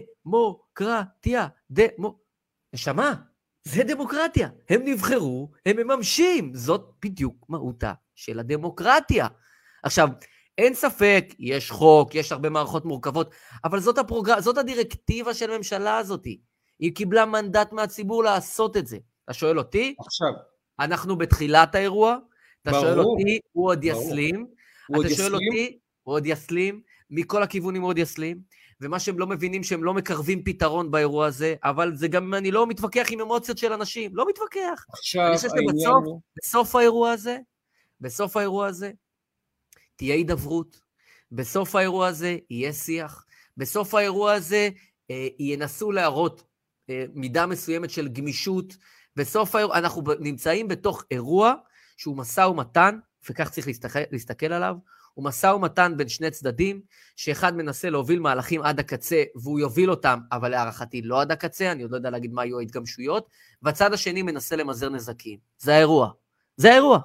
דמוקרטיה, דמו... נשמה, זה דמוקרטיה, הם נבחרו, הם מממשים, זאת בדיוק מהותה של הדמוקרטיה. עכשיו, אין ספק, יש חוק, יש הרבה מערכות מורכבות, אבל זאת, הפרוג... זאת הדירקטיבה של הממשלה הזאת. היא קיבלה מנדט מהציבור לעשות את זה. אתה שואל אותי? עכשיו. אנחנו בתחילת האירוע, אתה ברור, שואל אותי, הוא עוד יסלים, הוא אתה עוד שואל יסלים? אותי, הוא עוד יסלים, מכל הכיוונים הוא עוד יסלים, ומה שהם לא מבינים שהם לא מקרבים פתרון באירוע הזה, אבל זה גם, אני לא מתווכח עם אמוציות של אנשים, לא מתווכח. עכשיו, העניין בסוף, הוא... בסוף האירוע הזה, בסוף האירוע הזה, תהיה הידברות, בסוף האירוע הזה יהיה שיח, בסוף האירוע הזה אה, ינסו להראות אה, מידה מסוימת של גמישות, בסוף האירוע, אנחנו נמצאים בתוך אירוע שהוא מסע ומתן, וכך צריך להסתכל, להסתכל עליו, הוא מסע ומתן בין שני צדדים, שאחד מנסה להוביל מהלכים עד הקצה, והוא יוביל אותם, אבל להערכתי לא עד הקצה, אני עוד לא יודע להגיד מה יהיו ההתגמשויות, והצד השני מנסה למזער נזקים. זה האירוע. זה האירוע.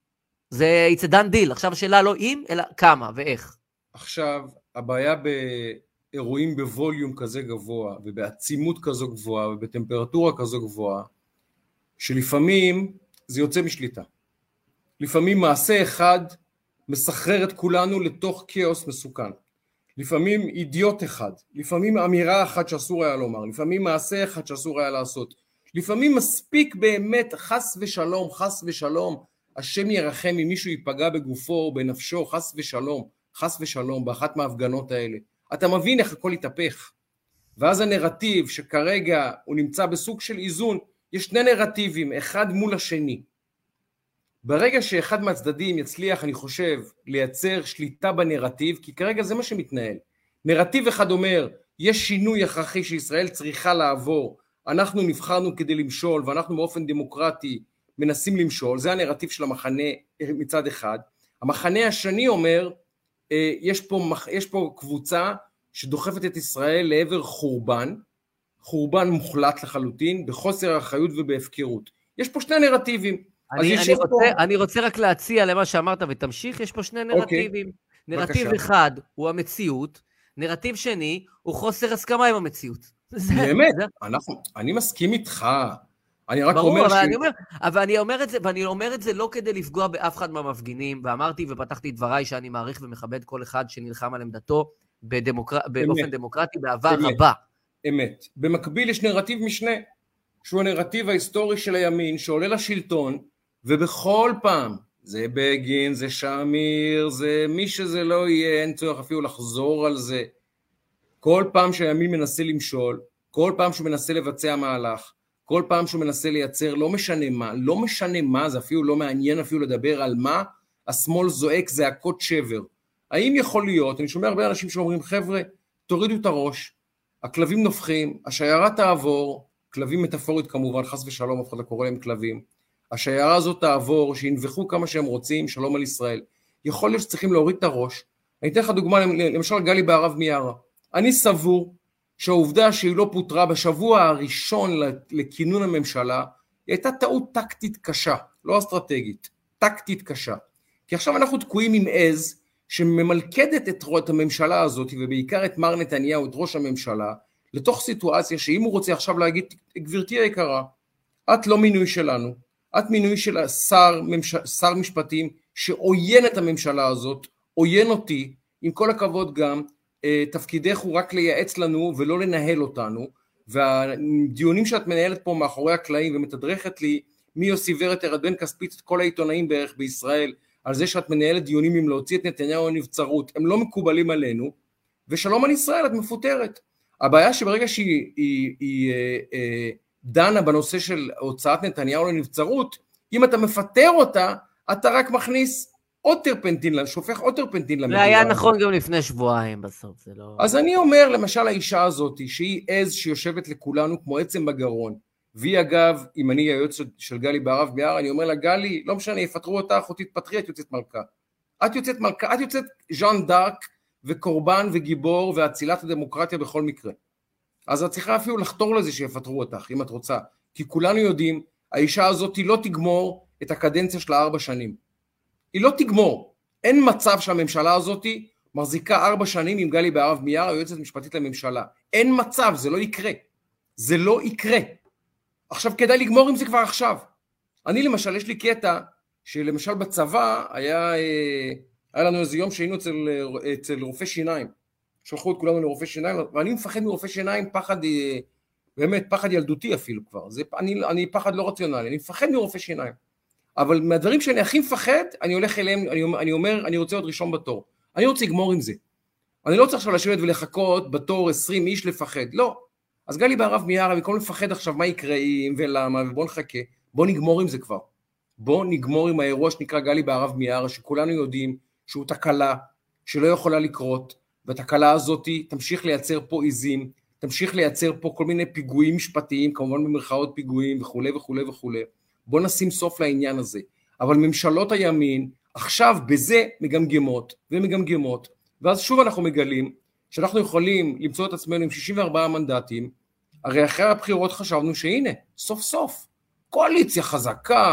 זה it's a done deal. עכשיו השאלה לא אם, אלא כמה ואיך. עכשיו, הבעיה באירועים בווליום כזה גבוה, ובעצימות כזו גבוהה, ובטמפרטורה כזו גבוהה, שלפעמים זה יוצא משליטה. לפעמים מעשה אחד מסחרר את כולנו לתוך כאוס מסוכן. לפעמים אידיוט אחד, לפעמים אמירה אחת שאסור היה לומר, לפעמים מעשה אחד שאסור היה לעשות. לפעמים מספיק באמת חס ושלום, חס ושלום, השם ירחם אם מישהו ייפגע בגופו או בנפשו, חס ושלום, חס ושלום, באחת מההפגנות האלה. אתה מבין איך הכל יתהפך. ואז הנרטיב שכרגע הוא נמצא בסוג של איזון, יש שני נרטיבים, אחד מול השני. ברגע שאחד מהצדדים יצליח, אני חושב, לייצר שליטה בנרטיב, כי כרגע זה מה שמתנהל. נרטיב אחד אומר, יש שינוי הכרחי שישראל צריכה לעבור, אנחנו נבחרנו כדי למשול, ואנחנו באופן דמוקרטי מנסים למשול, זה הנרטיב של המחנה מצד אחד. המחנה השני אומר, יש פה, יש פה קבוצה שדוחפת את ישראל לעבר חורבן, חורבן מוחלט לחלוטין, בחוסר האחריות ובהפקרות. יש פה שני נרטיבים. אני, אני, רוצה, פה... אני רוצה רק להציע למה שאמרת ותמשיך, יש פה שני נרטיבים. Okay. נרטיב בקשה. אחד הוא המציאות, נרטיב שני הוא חוסר הסכמה עם המציאות. באמת, אנחנו, אני מסכים איתך. אני רק ברור, אומר אבל ש... אני אומר, אבל אני אומר את זה, ואני אומר את זה לא כדי לפגוע באף אחד מהמפגינים, ואמרתי ופתחתי את דבריי שאני מעריך ומכבד כל אחד שנלחם על עמדתו בדמוקר... באופן דמוקרטי בעבר אמת. רבה. אמת. במקביל יש נרטיב משנה, שהוא הנרטיב ההיסטורי של הימין, שעולה לשלטון, ובכל פעם, זה בגין, זה שמיר, זה מי שזה לא יהיה, אין צורך אפילו לחזור על זה. כל פעם שהימין מנסה למשול, כל פעם שהוא מנסה לבצע מהלך, כל פעם שהוא מנסה לייצר, לא משנה מה, לא משנה מה, זה אפילו לא מעניין אפילו לדבר על מה, השמאל זועק זעקות שבר. האם יכול להיות, אני שומע הרבה אנשים שאומרים, חבר'ה, תורידו את הראש, הכלבים נופחים, השיירה תעבור, כלבים מטאפורית כמובן, חס ושלום, אף אחד לא קורא להם כלבים, השיירה הזאת תעבור, שינבחו כמה שהם רוצים, שלום על ישראל. יכול להיות שצריכים להוריד את הראש, אני אתן לך דוגמה, למשל גלי בהרב מיארה. אני סבור שהעובדה שהיא לא פוטרה בשבוע הראשון לכינון הממשלה, היא הייתה טעות טקטית קשה, לא אסטרטגית, טקטית קשה. כי עכשיו אנחנו תקועים עם עז שממלכדת את הממשלה הזאת, ובעיקר את מר נתניהו, את ראש הממשלה, לתוך סיטואציה שאם הוא רוצה עכשיו להגיד, גברתי היקרה, את לא מינוי שלנו, את מינוי של שר, ממש... שר משפטים שעוין את הממשלה הזאת, עוין אותי, עם כל הכבוד גם, תפקידך הוא רק לייעץ לנו ולא לנהל אותנו, והדיונים שאת מנהלת פה מאחורי הקלעים ומתדרכת לי מי יוסי ורטר עד בן כספית את כל העיתונאים בערך בישראל, על זה שאת מנהלת דיונים עם להוציא את נתניהו לנבצרות, הם לא מקובלים עלינו, ושלום על ישראל, את מפוטרת. הבעיה שברגע שהיא היא, היא, היא, דנה בנושא של הוצאת נתניהו לנבצרות, אם אתה מפטר אותה, אתה רק מכניס עוד טרפנטין, שופך עוד טרפנטין למדינה. זה היה נכון גם לפני שבועיים בסוף, זה לא... אז אני אומר למשל האישה הזאת, שהיא עז שיושבת לכולנו כמו עצם בגרון, והיא אגב, אם אני היועץ של גלי בהרב מיארה, אני אומר לה, גלי, לא משנה, יפטרו אותך, או תתפטרי, את יוצאת מלכה. את יוצאת מלכה, את יוצאת ז'אן דארק, וקורבן וגיבור, והצילת הדמוקרטיה בכל מקרה. אז את צריכה אפילו לחתור לזה שיפטרו אותך, אם את רוצה. כי כולנו יודעים, האישה הזאת לא תגמור את הקדנציה שלה ארבע שנים. היא לא תגמור. אין מצב שהממשלה הזאת מחזיקה ארבע שנים עם גלי בהרב מיארה, היועצת משפטית לממשלה. אין מצב, זה לא יקרה. זה לא יקרה. עכשיו כדאי לגמור עם זה כבר עכשיו. אני למשל, יש לי קטע, שלמשל בצבא, היה, היה לנו איזה יום שהיינו אצל, אצל רופא שיניים. שלחו את כולנו לרופא שיניים, ואני מפחד מרופא שיניים פחד, באמת פחד ילדותי אפילו כבר. זה, אני, אני פחד לא רציונלי, אני מפחד מרופא שיניים. אבל מהדברים שאני הכי מפחד, אני הולך אליהם, אני, אני אומר, אני רוצה עוד ראשון בתור. אני רוצה לגמור עם זה. אני לא צריך עכשיו לשבת ולחכות בתור עשרים איש לפחד. לא. אז גלי בהרב מיארה, במקום לפחד עכשיו מה יקרה ולמה, ובוא נחכה, בוא נגמור עם זה כבר. בוא נגמור עם האירוע שנקרא גלי בהרב מיארה, שכולנו יודעים שהוא תקלה, שלא יכולה לקרות, והתקלה הזאת תמשיך לייצר פה עיזים, תמשיך לייצר פה כל מיני פיגועים משפטיים, כמובן במרכאות פיגועים וכו' וכו' וכו'. בוא נשים סוף לעניין הזה. אבל ממשלות הימין עכשיו בזה מגמגמות ומגמגמות, ואז שוב אנחנו מגלים שאנחנו יכולים למצוא את עצמנו עם שישים וארבעה מנדטים, הרי אחרי הבחירות חשבנו שהנה, סוף סוף, קואליציה חזקה,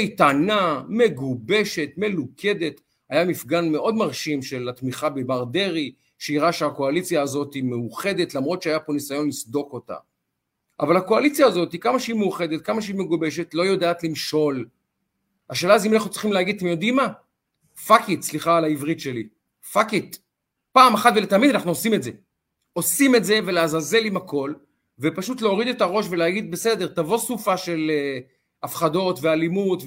איתנה, מגובשת, מלוכדת, היה מפגן מאוד מרשים של התמיכה במר דרעי, שיראה שהקואליציה הזאת היא מאוחדת, למרות שהיה פה ניסיון לסדוק אותה. אבל הקואליציה הזאת, כמה שהיא מאוחדת, כמה שהיא מגובשת, לא יודעת למשול. השאלה אז אם אנחנו צריכים להגיד, אתם יודעים מה? fuck it, סליחה על העברית שלי. fuck it. פעם אחת ולתמיד אנחנו עושים את זה. עושים את זה ולעזאזל עם הכל, ופשוט להוריד את הראש ולהגיד, בסדר, תבוא סופה של uh, הפחדות ואלימות,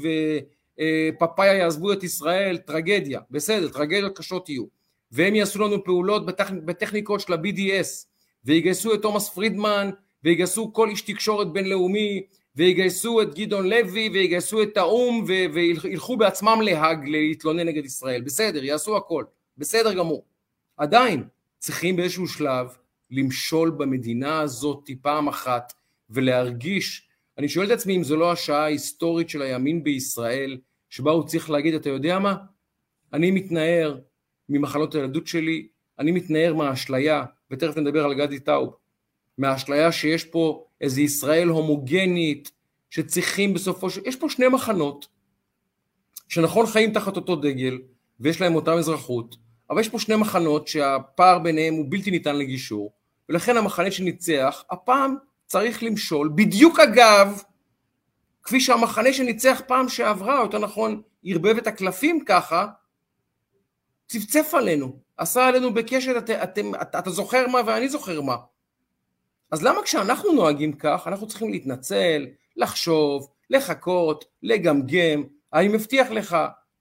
ופפאיה יעזבו את ישראל, טרגדיה. בסדר, טרגדיות קשות יהיו. והם יעשו לנו פעולות בטכ... בטכניקות של ה-בי די אס, ויגייסו את תומאס פרידמן, ויגייסו כל איש תקשורת בינלאומי, ויגייסו את גדעון לוי, ויגייסו את האום, ו- וילכו בעצמם להג להתלונן נגד ישראל. בסדר, יעשו הכל. בסדר גמור. עדיין צריכים באיזשהו שלב למשול במדינה הזאת פעם אחת, ולהרגיש, אני שואל את עצמי אם זו לא השעה ההיסטורית של הימין בישראל, שבה הוא צריך להגיד, אתה יודע מה? אני מתנער ממחלות הילדות שלי, אני מתנער מהאשליה, ותכף נדבר על גדי טאוב, מהאשליה שיש פה איזו ישראל הומוגנית, שצריכים בסופו של... יש פה שני מחנות, שנכון חיים תחת אותו דגל, ויש להם אותם אזרחות, אבל יש פה שני מחנות שהפער ביניהם הוא בלתי ניתן לגישור, ולכן המחנה שניצח, הפעם צריך למשול, בדיוק אגב, כפי שהמחנה שניצח פעם שעברה, יותר נכון, ערבב את הקלפים ככה, צפצף עלינו, עשה עלינו בקשת, את, אתם, אתה, אתה זוכר מה ואני זוכר מה. אז למה כשאנחנו נוהגים כך, אנחנו צריכים להתנצל, לחשוב, לחכות, לגמגם. אני מבטיח לך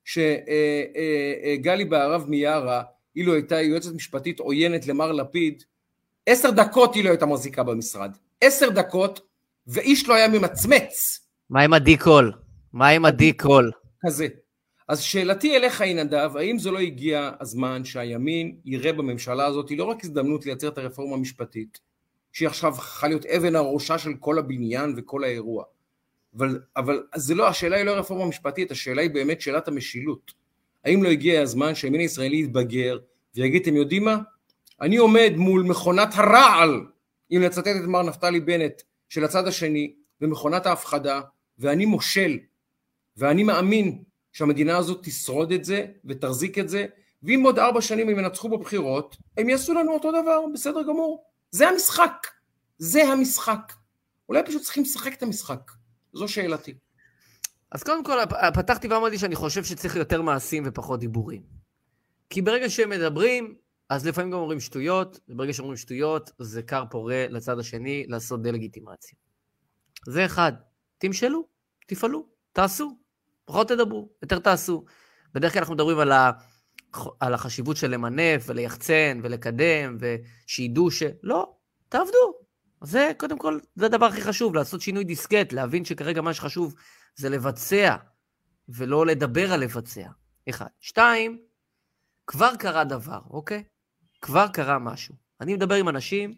שגלי בהרב מיארה, אילו הייתה יועצת משפטית עוינת למר לפיד, עשר דקות היא לא הייתה מחזיקה במשרד. עשר דקות, ואיש לא היה ממצמץ. מה עם הדיקול? מה עם הדיקול? כזה. אז שאלתי אליך, נדב, האם זה לא הגיע הזמן שהימין יראה בממשלה הזאת, היא לא רק הזדמנות לייצר את הרפורמה המשפטית, שהיא עכשיו צריכה להיות אבן הראשה של כל הבניין וכל האירוע. אבל, אבל זה לא, השאלה היא לא הרפורמה המשפטית, השאלה היא באמת שאלת המשילות. האם לא הגיע הזמן שהימין הישראלי יתבגר ויגיד, אתם יודעים מה? אני עומד מול מכונת הרעל, אם לצטט את מר נפתלי בנט, של הצד השני, במכונת ההפחדה, ואני מושל, ואני מאמין שהמדינה הזאת תשרוד את זה, ותחזיק את זה, ואם עוד ארבע שנים הם ינצחו בבחירות, הם יעשו לנו אותו דבר, בסדר גמור. זה המשחק, זה המשחק. אולי פשוט צריכים לשחק את המשחק. זו שאלתי. אז קודם כל, פתחתי ואמרתי שאני חושב שצריך יותר מעשים ופחות דיבורים. כי ברגע שהם מדברים, אז לפעמים גם אומרים שטויות, וברגע שאומרים שטויות, זה קר פורה לצד השני לעשות דלגיטימציה. זה אחד. תמשלו, תפעלו, תעשו, פחות תדברו, יותר תעשו. בדרך כלל אנחנו מדברים על, ה... על החשיבות של למנף וליחצן ולקדם ושידעו ש... לא, תעבדו. זה קודם כל, זה הדבר הכי חשוב, לעשות שינוי דיסקט, להבין שכרגע מה שחשוב זה לבצע, ולא לדבר על לבצע. אחד. שתיים, כבר קרה דבר, אוקיי? כבר קרה משהו. אני מדבר עם אנשים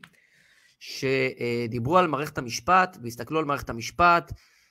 שדיברו על מערכת המשפט, והסתכלו על מערכת המשפט,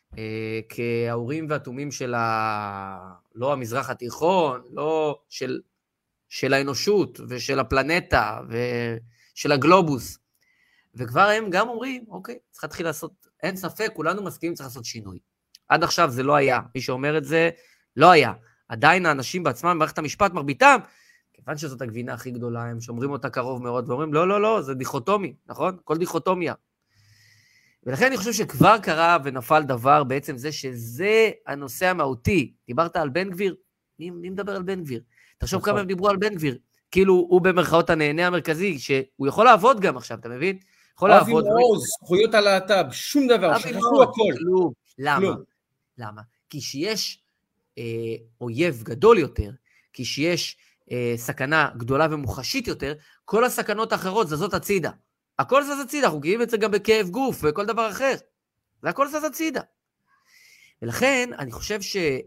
כההורים והתומים של ה... לא המזרח התיכון, לא של, של האנושות ושל הפלנטה ושל הגלובוס. וכבר הם גם אומרים, אוקיי, צריך להתחיל לעשות, אין ספק, כולנו מסכימים צריך לעשות שינוי. עד עכשיו זה לא היה. מי שאומר את זה, לא היה. עדיין האנשים בעצמם, במערכת המשפט, מרביתם, כיוון שזאת הגבינה הכי גדולה, הם שומרים אותה קרוב מאוד, ואומרים, לא, לא, לא, זה דיכוטומי, נכון? כל דיכוטומיה. ולכן אני חושב שכבר קרה ונפל דבר, בעצם זה שזה הנושא המהותי. דיברת על בן גביר? מי, מי מדבר על בן גביר? תחשוב כמה הם דיברו על בן גביר. כאילו הוא במרכאות הנהנה המרכזי, שהוא יכול לעבוד גם עכשיו, אתה מבין? יכול לעבוד. אבי מעוז, זכויות הלהט"ב, שום דבר, שכחו הכל. כלום. למה? למה? כי שיש אה, אויב גדול יותר, כי שיש אה, סכנה גדולה ומוחשית יותר, כל הסכנות האחרות זזות הצידה. הכל זז הצידה, אנחנו גאים את זה גם בכאב גוף וכל דבר אחר. זה הכל זז הצידה. ולכן אני חושב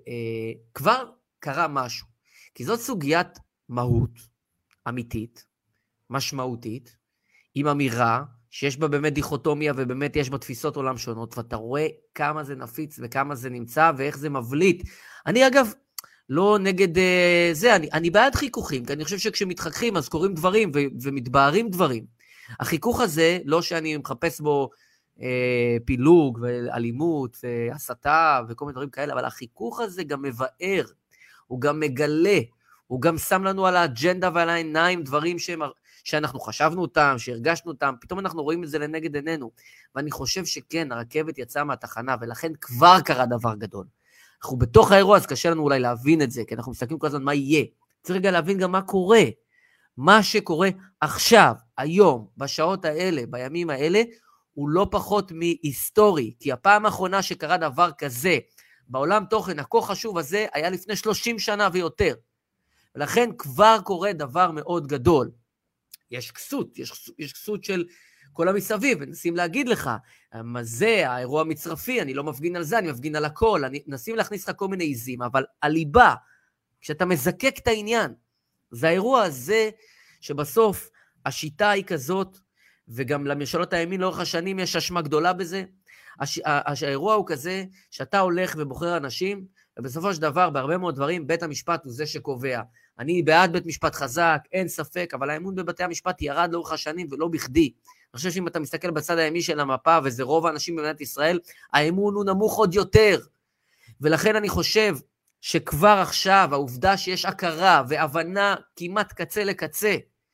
שכבר אה, קרה משהו, כי זאת סוגיית מהות אמיתית, משמעותית, עם אמירה, שיש בה באמת דיכוטומיה, ובאמת יש בה תפיסות עולם שונות, ואתה רואה כמה זה נפיץ, וכמה זה נמצא, ואיך זה מבליט. אני אגב, לא נגד uh, זה, אני, אני בעד חיכוכים, כי אני חושב שכשמתחככים, אז קורים דברים, ו- ומתבהרים דברים. החיכוך הזה, לא שאני מחפש בו אה, פילוג, ואלימות, והסתה, וכל מיני דברים כאלה, אבל החיכוך הזה גם מבאר, הוא גם מגלה, הוא גם שם לנו על האג'נדה ועל העיניים דברים שהם... שאנחנו חשבנו אותם, שהרגשנו אותם, פתאום אנחנו רואים את זה לנגד עינינו, ואני חושב שכן, הרכבת יצאה מהתחנה, ולכן כבר קרה דבר גדול. אנחנו בתוך האירוע, אז קשה לנו אולי להבין את זה, כי אנחנו מסתכלים כל הזמן מה יהיה. צריך רגע להבין גם מה קורה. מה שקורה עכשיו, היום, בשעות האלה, בימים האלה, הוא לא פחות מהיסטורי, כי הפעם האחרונה שקרה דבר כזה, בעולם תוכן הכה חשוב הזה, היה לפני שלושים שנה ויותר. ולכן כבר קורה דבר מאוד גדול. יש כסות, יש, יש כסות של כל המסביב, ונשים להגיד לך, מה זה, האירוע המצרפי, אני לא מפגין על זה, אני מפגין על הכל, אני, נשים להכניס לך כל מיני עיזים, אבל הליבה, כשאתה מזקק את העניין, זה האירוע הזה, שבסוף השיטה היא כזאת, וגם לממשלות הימין לאורך השנים יש אשמה גדולה בזה, הש, האירוע הוא כזה, שאתה הולך ובוחר אנשים, ובסופו של דבר, בהרבה מאוד דברים, בית המשפט הוא זה שקובע. אני בעד בית משפט חזק, אין ספק, אבל האמון בבתי המשפט ירד לאורך השנים ולא בכדי. אני חושב שאם אתה מסתכל בצד הימי של המפה, וזה רוב האנשים במדינת ישראל, האמון הוא נמוך עוד יותר. ולכן אני חושב שכבר עכשיו, העובדה שיש הכרה והבנה כמעט קצה לקצה,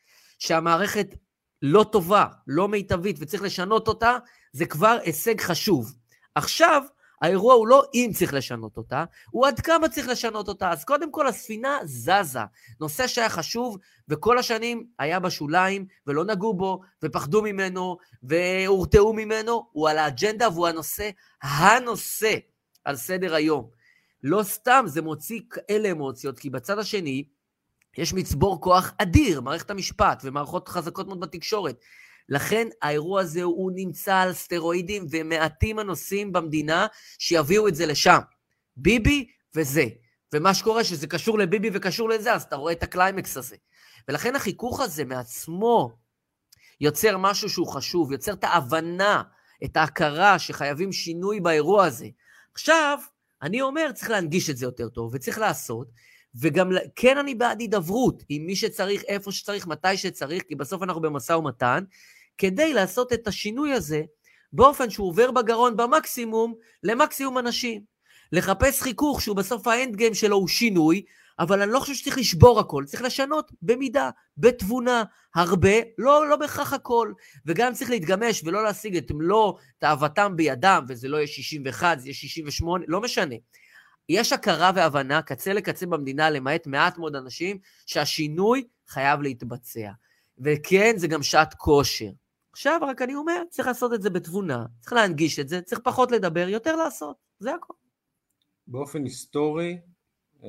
שהמערכת לא טובה, לא מיטבית, וצריך לשנות אותה, זה כבר הישג חשוב. עכשיו, האירוע הוא לא אם צריך לשנות אותה, הוא עד כמה צריך לשנות אותה. אז קודם כל הספינה זזה, נושא שהיה חשוב, וכל השנים היה בשוליים, ולא נגעו בו, ופחדו ממנו, והורתעו ממנו, הוא על האג'נדה, והוא הנושא, הנושא על סדר היום. לא סתם זה מוציא כאלה אמוציות, כי בצד השני, יש מצבור כוח אדיר, מערכת המשפט, ומערכות חזקות מאוד בתקשורת, לכן האירוע הזה הוא נמצא על סטרואידים, ומעטים הנושאים במדינה שיביאו את זה לשם. ביבי וזה. ומה שקורה שזה קשור לביבי וקשור לזה, אז אתה רואה את הקליימקס הזה. ולכן החיכוך הזה מעצמו יוצר משהו שהוא חשוב, יוצר את ההבנה, את ההכרה שחייבים שינוי באירוע הזה. עכשיו, אני אומר, צריך להנגיש את זה יותר טוב, וצריך לעשות, וגם, כן אני בעד הידברות, עם מי שצריך, איפה שצריך, מתי שצריך, כי בסוף אנחנו במשא ומתן, כדי לעשות את השינוי הזה, באופן שהוא עובר בגרון במקסימום, למקסימום אנשים. לחפש חיכוך שהוא בסוף האנד גיים שלו הוא שינוי, אבל אני לא חושב שצריך לשבור הכל, צריך לשנות במידה, בתבונה, הרבה, לא, לא בכך הכל, וגם צריך להתגמש ולא להשיג את מלוא תאוותם בידם, וזה לא יהיה שישים ואחת, זה יהיה שישים ושמונה, לא משנה. יש הכרה והבנה, קצה לקצה במדינה, למעט מעט מאוד אנשים, שהשינוי חייב להתבצע. וכן, זה גם שעת כושר. עכשיו, רק אני אומר, צריך לעשות את זה בתבונה, צריך להנגיש את זה, צריך פחות לדבר, יותר לעשות, זה הכל. באופן היסטורי, אה,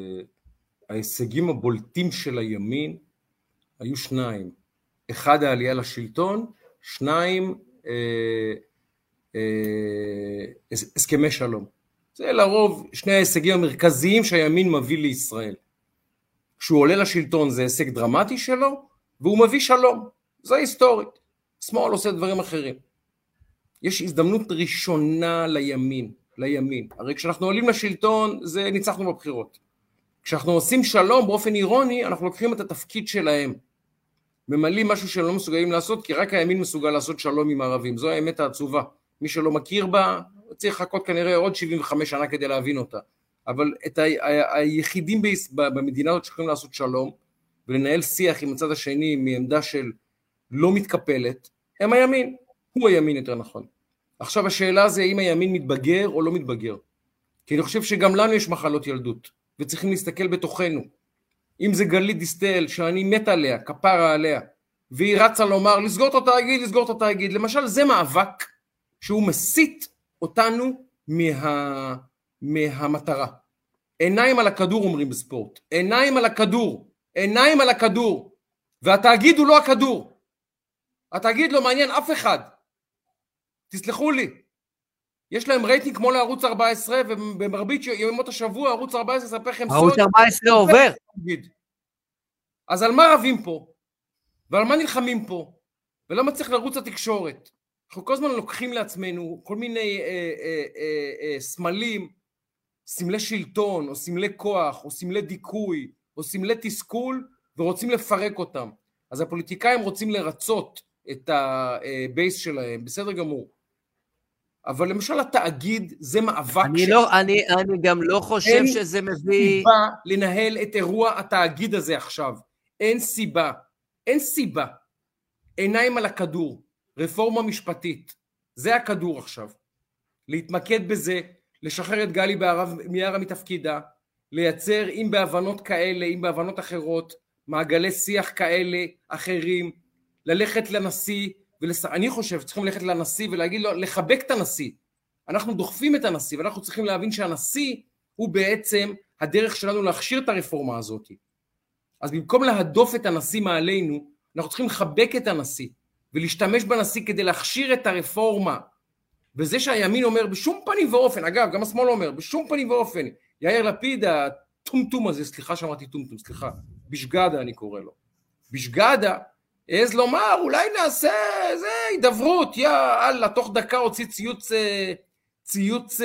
ההישגים הבולטים של הימין היו שניים. אחד, העלייה לשלטון, שניים, אה, אה, הסכמי שלום. זה לרוב שני ההישגים המרכזיים שהימין מביא לישראל. כשהוא עולה לשלטון זה הישג דרמטי שלו, והוא מביא שלום. זה היסטורית. שמאל עושה דברים אחרים. יש הזדמנות ראשונה לימין, לימין. הרי כשאנחנו עולים לשלטון, זה ניצחנו בבחירות. כשאנחנו עושים שלום באופן אירוני, אנחנו לוקחים את התפקיד שלהם. ממלאים משהו שהם לא מסוגלים לעשות, כי רק הימין מסוגל לעשות שלום עם הערבים. זו האמת העצובה. מי שלא מכיר בה, צריך לחכות כנראה עוד שבעים וחמש שנה כדי להבין אותה. אבל את ה- ה- היחידים במדינה הזאת שיכולים לעשות שלום, ולנהל שיח עם הצד השני מעמדה של לא מתקפלת, הם הימין. הוא הימין יותר נכון. עכשיו השאלה זה אם הימין מתבגר או לא מתבגר. כי אני חושב שגם לנו יש מחלות ילדות, וצריכים להסתכל בתוכנו. אם זה גלית דיסטל, שאני מת עליה, כפרה עליה, והיא רצה לומר, לסגור את התאגיד, לסגור את התאגיד. למשל, זה מאבק שהוא מסית אותנו מה, מהמטרה. עיניים על הכדור אומרים בספורט. עיניים על הכדור. עיניים על הכדור. והתאגיד הוא לא הכדור. התאגיד לא מעניין אף אחד. תסלחו לי. יש להם רייטינג כמו לערוץ ארבע עשרה, ובמרבית יומות השבוע, ערוץ ארבע עשרה ספר לכם סוד. ערוץ ארבע עשרה עובר. אז על מה רבים פה? ועל מה נלחמים פה? ולמה צריך לרוץ התקשורת? אנחנו כל הזמן לוקחים לעצמנו כל מיני אה, אה, אה, אה, סמלים, סמלי שלטון, או סמלי כוח, או סמלי דיכוי, או סמלי תסכול, ורוצים לפרק אותם. אז הפוליטיקאים רוצים לרצות את הבייס שלהם, בסדר גמור. אבל למשל התאגיד זה מאבק אני, לא, אני, אני גם לא חושב שזה מביא... אין סיבה לנהל את אירוע התאגיד הזה עכשיו. אין סיבה. אין סיבה. עיניים על הכדור. רפורמה משפטית. זה הכדור עכשיו. להתמקד בזה, לשחרר את גלי מיארה מתפקידה, לייצר אם בהבנות כאלה, אם בהבנות אחרות, מעגלי שיח כאלה, אחרים, ללכת לנשיא, ולס... אני חושב שצריכים ללכת לנשיא ולהגיד לו, לחבק את הנשיא. אנחנו דוחפים את הנשיא, ואנחנו צריכים להבין שהנשיא הוא בעצם הדרך שלנו להכשיר את הרפורמה הזאת. אז במקום להדוף את הנשיא מעלינו, אנחנו צריכים לחבק את הנשיא, ולהשתמש בנשיא כדי להכשיר את הרפורמה. וזה שהימין אומר בשום פנים ואופן, אגב, גם השמאל אומר, בשום פנים ואופן, יאיר לפיד, הטומטום הזה, סליחה שאמרתי טומטום, סליחה, בשגדה אני קורא לו. בשגדה, אז לומר, אולי נעשה, זה הידברות, יא אללה, תוך דקה הוציא ציוץ, ציוץ,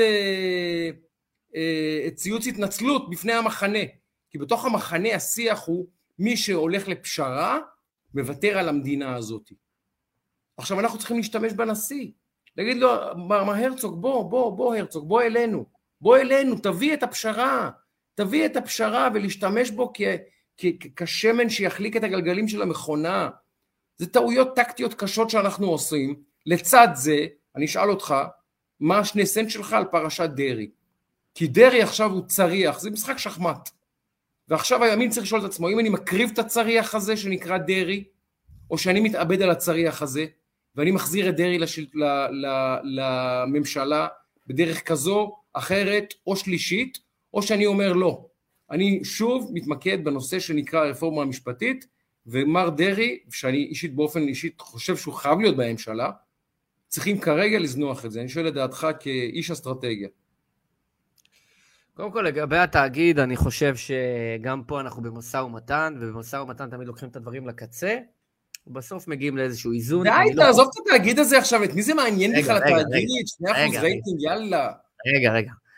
ציוץ התנצלות בפני המחנה. כי בתוך המחנה השיח הוא, מי שהולך לפשרה, מוותר על המדינה הזאת. עכשיו אנחנו צריכים להשתמש בנשיא, להגיד לו, מה הרצוג, בוא, בוא, בוא הרצוג, בוא אלינו, בוא אלינו, תביא את הפשרה, תביא את הפשרה ולהשתמש בו כ, כ, כשמן שיחליק את הגלגלים של המכונה. זה טעויות טקטיות קשות שאנחנו עושים. לצד זה, אני אשאל אותך, מה השני סנט שלך על פרשת דרי? כי דרי עכשיו הוא צריח, זה משחק שחמט. ועכשיו הימין צריך לשאול את עצמו, אם אני מקריב את הצריח הזה שנקרא דרי, או שאני מתאבד על הצריח הזה, ואני מחזיר את דרי לשל... ל... ל... לממשלה בדרך כזו, אחרת או שלישית, או שאני אומר לא. אני שוב מתמקד בנושא שנקרא הרפורמה המשפטית, ומר דרי, שאני אישית באופן אישית חושב שהוא חייב להיות בממשלה, צריכים כרגע לזנוח את זה. אני שואל את דעתך כאיש אסטרטגיה. קודם כל, לגבי התאגיד, אני חושב שגם פה אנחנו במשא ומתן, ובמשא ומתן תמיד לוקחים את הדברים לקצה, ובסוף מגיעים לאיזשהו איזון. די, תעזוב את התאגיד הזה עכשיו, את מי זה מעניין בכלל התאגיד? שני אחוז רייטינג, יאללה. רגע, רגע.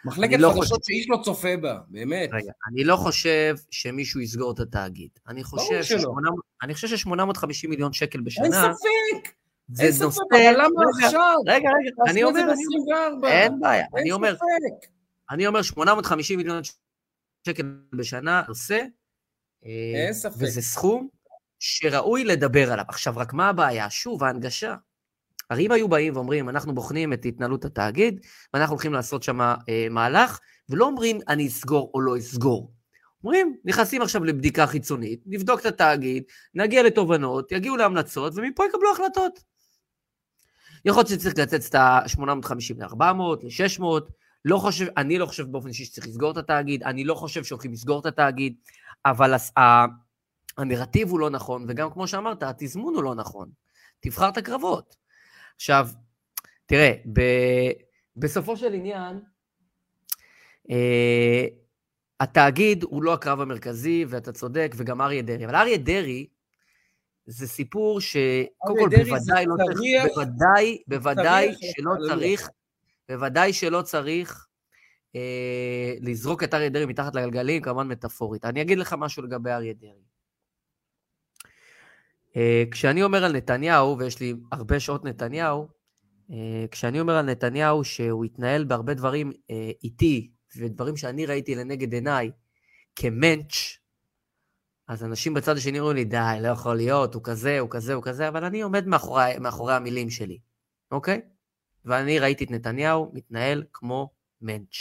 מחלקת חדשות שאיש לא צופה בה, באמת. רגע, אני לא חושב שמישהו יסגור את התאגיד. אני חושב ש-שמונה מאות וחמישים מיליון שקל בשנה... אין ספק! אין ספק, אבל למה עכשיו? רגע, רגע, אני אומר, אין בעיה, אני אומר, אני אומר שמונה מאות וחמישים מיליון שקל בשנה, עושה, וזה סכום שראוי לדבר עליו. עכשיו, רק מה הבעיה? שוב, ההנגשה. הרי אם היו באים ואומרים, אנחנו בוחנים את התנהלות התאגיד, ואנחנו הולכים לעשות שם אה, מהלך, ולא אומרים, אני אסגור או לא אסגור. אומרים, נכנסים עכשיו לבדיקה חיצונית, נבדוק את התאגיד, נגיע לתובנות, יגיעו להמלצות, ומפה יקבלו החלטות. יכול להיות שצריך לצאת את ה-שמונה מאות וחמישים ל-ארבע מאות, ל-שש מאות, לא חושב, אני לא חושב באופן אישי שצריך לסגור את התאגיד, אני לא חושב שהולכים לסגור את התאגיד, אבל ה- הנרטיב הוא לא נכון, וגם כמו שאמרת, התזמון הוא לא נכון. תבחר את הקרבות. עכשיו, תראה, ב- בסופו של עניין, אה, התאגיד הוא לא הקרב המרכזי, ואתה צודק, וגם אריה דרעי. אבל אריה דרעי זה סיפור שקודם כל בוודאי לא צריך, בוודאי, בוודאי שלא צריך, בוודאי שלא צריך אה, לזרוק את אריה דרעי מתחת לגלגלים, כמובן מטאפורית. אני אגיד לך משהו לגבי אריה דרעי. אה, כשאני אומר על נתניהו, ויש לי הרבה שעות נתניהו, אה, כשאני אומר על נתניהו שהוא התנהל בהרבה דברים אה, איתי, ודברים שאני ראיתי לנגד עיניי כמנץ', אז אנשים בצד השני אומרים לי, די, לא יכול להיות, הוא כזה, הוא כזה, הוא כזה, אבל אני עומד מאחורי, מאחורי המילים שלי, אוקיי? ואני ראיתי את נתניהו מתנהל כמו מנץ'.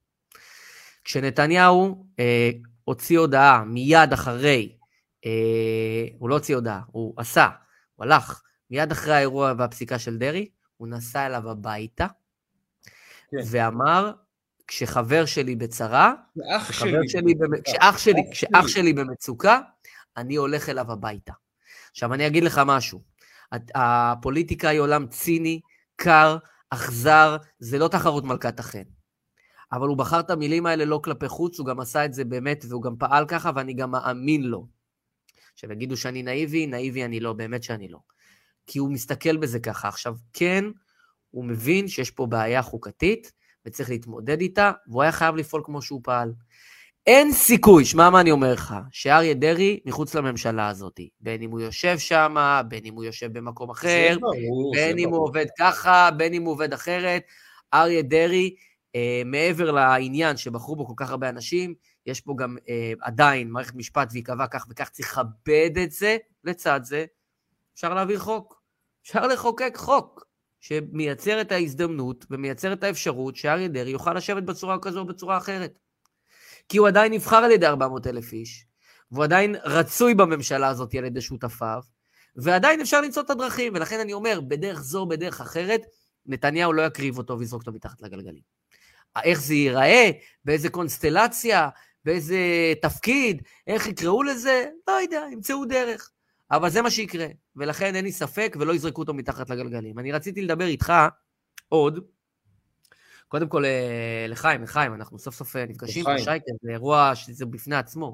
כשנתניהו אה, הוציא הודעה מיד אחרי, אה, הוא לא הוציא הודעה, הוא עשה, הוא הלך, מיד אחרי האירוע והפסיקה של דרעי, הוא נסע אליו הביתה, כן. ואמר, כשחבר שלי בצרה, כשחבר שלי, כשאח שלי, כשאח שלי במצוקה, אני הולך אליו הביתה. עכשיו אני אגיד לך משהו, הפוליטיקה היא עולם ציני, קר, אכזר, זה לא תחרות מלכת החן. אבל הוא בחר את המילים האלה לא כלפי חוץ, הוא גם עשה את זה באמת, והוא גם פעל ככה, ואני גם מאמין לו. עכשיו יגידו שאני נאיבי, נאיבי אני לא, באמת שאני לא. כי הוא מסתכל בזה ככה. עכשיו כן, הוא מבין שיש פה בעיה חוקתית, וצריך להתמודד איתה, והוא היה חייב לפעול כמו שהוא פעל. אין סיכוי, שמה מה אני אומר לך, שאריה דרעי מחוץ לממשלה הזאת, בין אם הוא יושב שם, בין אם הוא יושב במקום אחר, בין אם הוא עובד ככה, בין אם הוא עובד אחרת, אריה דרעי, אה, מעבר לעניין שבחרו בו כל כך הרבה אנשים, יש פה גם אה, עדיין מערכת משפט ויקבע כך וכך, צריך לכבד את זה, לצד זה, אפשר להעביר חוק, אפשר לחוקק חוק, שמייצר את ההזדמנות ומייצר את האפשרות שאריה דרעי יוכל לשבת בצורה כזו או בצורה אחרת. כי הוא עדיין נבחר על ידי ארבע מאות אלף איש, והוא עדיין רצוי בממשלה הזאת על ידי שותפיו, ועדיין אפשר למצוא את הדרכים, ולכן אני אומר, בדרך זו, בדרך אחרת, נתניהו לא יקריב אותו ויזרוק אותו מתחת לגלגלים. איך זה ייראה, באיזה קונסטלציה, באיזה תפקיד, איך יקראו לזה, לא יודע, ימצאו דרך. אבל זה מה שיקרה, ולכן אין לי ספק, ולא יזרקו אותו מתחת לגלגלים. אני רציתי לדבר איתך עוד, קודם כל לחיים, לחיים, אנחנו סוף סוף נפגשים פה שייקה, זה אירוע שזה בפני עצמו.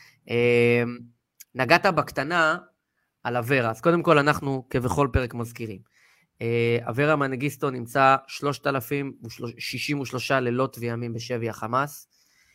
נגעת בקטנה על אברה, אז קודם כל אנחנו כבכל פרק מזכירים. אברה מנגיסטו נמצא שלושת אלפים שישים ושלושה לילות וימים בשבי החמאס.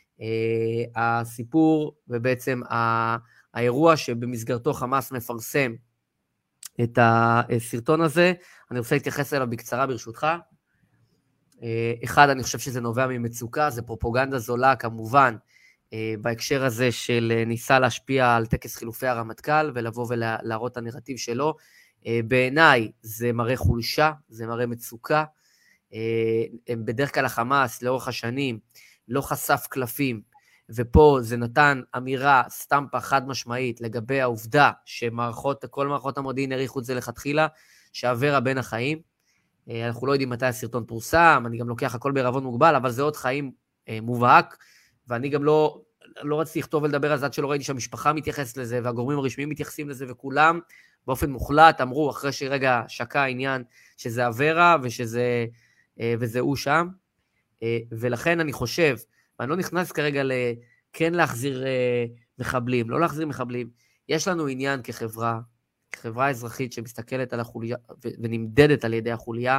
הסיפור ובעצם האירוע שבמסגרתו חמאס מפרסם את הסרטון הזה, אני רוצה להתייחס אליו בקצרה ברשותך. אחד, אני חושב שזה נובע ממצוקה, זה פרופוגנדה זולה כמובן, בהקשר הזה של ניסה להשפיע על טקס חילופי הרמטכ"ל, ולבוא ולהראות את הנרטיב שלו. בעיניי זה מראה חולשה, זה מראה מצוקה. בדרך כלל החמאס לאורך השנים לא חשף קלפים, ופה זה נתן אמירה סטמפה חד משמעית לגבי העובדה שמערכות, כל מערכות המודיעין העריכו את זה לכתחילה, שאברה בין החיים. אנחנו לא יודעים מתי הסרטון פורסם, אני גם לוקח הכל בערבון מוגבל, אבל זה עוד חיים מובהק, ואני גם לא, לא רציתי לכתוב ולדבר על זה עד שלא ראיתי שהמשפחה מתייחס לזה, והגורמים הרשמיים מתייחסים לזה, וכולם באופן מוחלט אמרו, אחרי שרגע שקע העניין, שזה אברה ושזה, וזה הוא שם, ולכן אני חושב, ואני לא נכנס כרגע לכן להחזיר מחבלים, לא להחזיר מחבלים, יש לנו עניין כחברה, חברה אזרחית שמסתכלת על החוליה ונמדדת על ידי החוליה,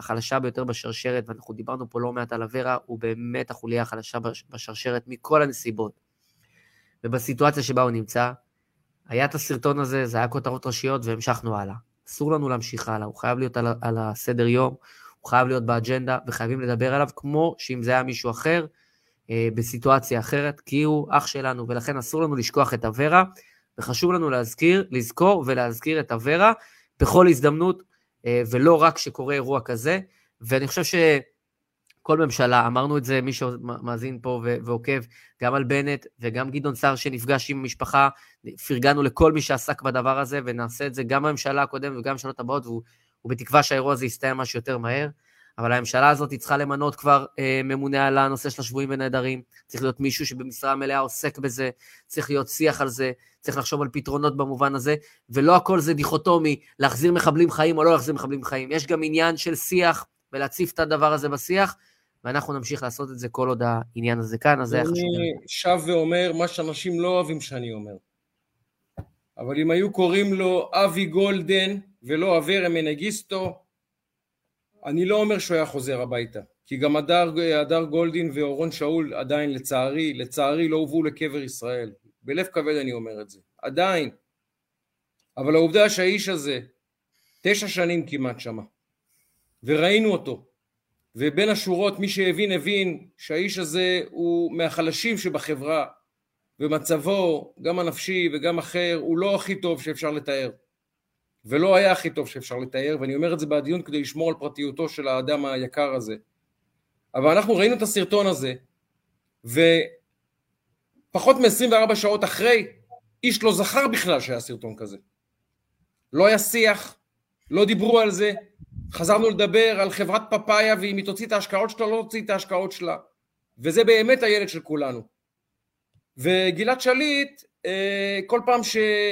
החלשה ביותר בשרשרת, ואנחנו דיברנו פה לא מעט על אברה, הוא באמת החוליה החלשה בשרשרת מכל הנסיבות. ובסיטואציה שבה הוא נמצא, היה את הסרטון הזה, זה היה כותרות ראשיות, והמשכנו הלאה. אסור לנו להמשיך הלאה, הוא חייב להיות על, על הסדר יום, הוא חייב להיות באג'נדה, וחייבים לדבר עליו, כמו שאם זה היה מישהו אחר, אה, בסיטואציה אחרת, כי הוא אח שלנו, ולכן אסור לנו לשכוח את אברה, וחשוב לנו להזכיר, לזכור ולהזכיר את אברה, בכל הזדמנות, אה, ולא רק שקורה אירוע כזה, ואני חושב שכל ממשלה, אמרנו את זה, מי שמאזין פה ו- ועוקב, גם על בנט, וגם גדעון סער שנפגש עם המשפחה, פרגנו לכל מי שעסק בדבר הזה, ונעשה את זה גם בממשלה הקודמת, וגם בממשלות הבאות, והוא ובתקווה שהאירוע הזה יסתיים משהו יותר מהר, אבל הממשלה הזאת צריכה למנות כבר אה, ממונה על הנושא של השבויים ונעדרים, צריך להיות מישהו שבמשרה מלאה עוסק בזה, צריך להיות שיח על זה, צריך לחשוב על פתרונות במובן הזה, ולא הכל זה דיכוטומי, להחזיר מחבלים חיים או לא להחזיר מחבלים חיים, יש גם עניין של שיח, ולהציף את הדבר הזה בשיח, ואנחנו נמשיך לעשות את זה כל עוד העניין הזה כאן, אז זה חשוב. אני שב ואומר מה שאנשים לא אוהבים שאני אומר, אבל אם היו קוראים לו אבי גולדן, ולא אברה מנגיסטו, אני לא אומר שהוא היה חוזר הביתה, כי גם הדר, הדר גולדין ואורון שאול עדיין לצערי, לצערי לא הובאו לקבר ישראל, בלב כבד אני אומר את זה, עדיין, אבל העובדה שהאיש הזה, תשע שנים כמעט שמה, וראינו אותו, ובין השורות מי שהבין הבין שהאיש הזה הוא מהחלשים שבחברה, ומצבו גם הנפשי וגם אחר הוא לא הכי טוב שאפשר לתאר, ולא היה הכי טוב שאפשר לתאר, ואני אומר את זה בדיון כדי לשמור על פרטיותו של האדם היקר הזה. אבל אנחנו ראינו את הסרטון הזה, ופחות מ-עשרים וארבע שעות אחרי, איש לא זכר בכלל שהיה סרטון כזה. לא היה שיח, לא דיברו על זה, חזרנו לדבר על חברת פפאיה, ואם היא תוציא את ההשקעות שלה, לא תוציא את ההשקעות שלה, וזה באמת הילד של כולנו. וגלעד שליט, כל פעם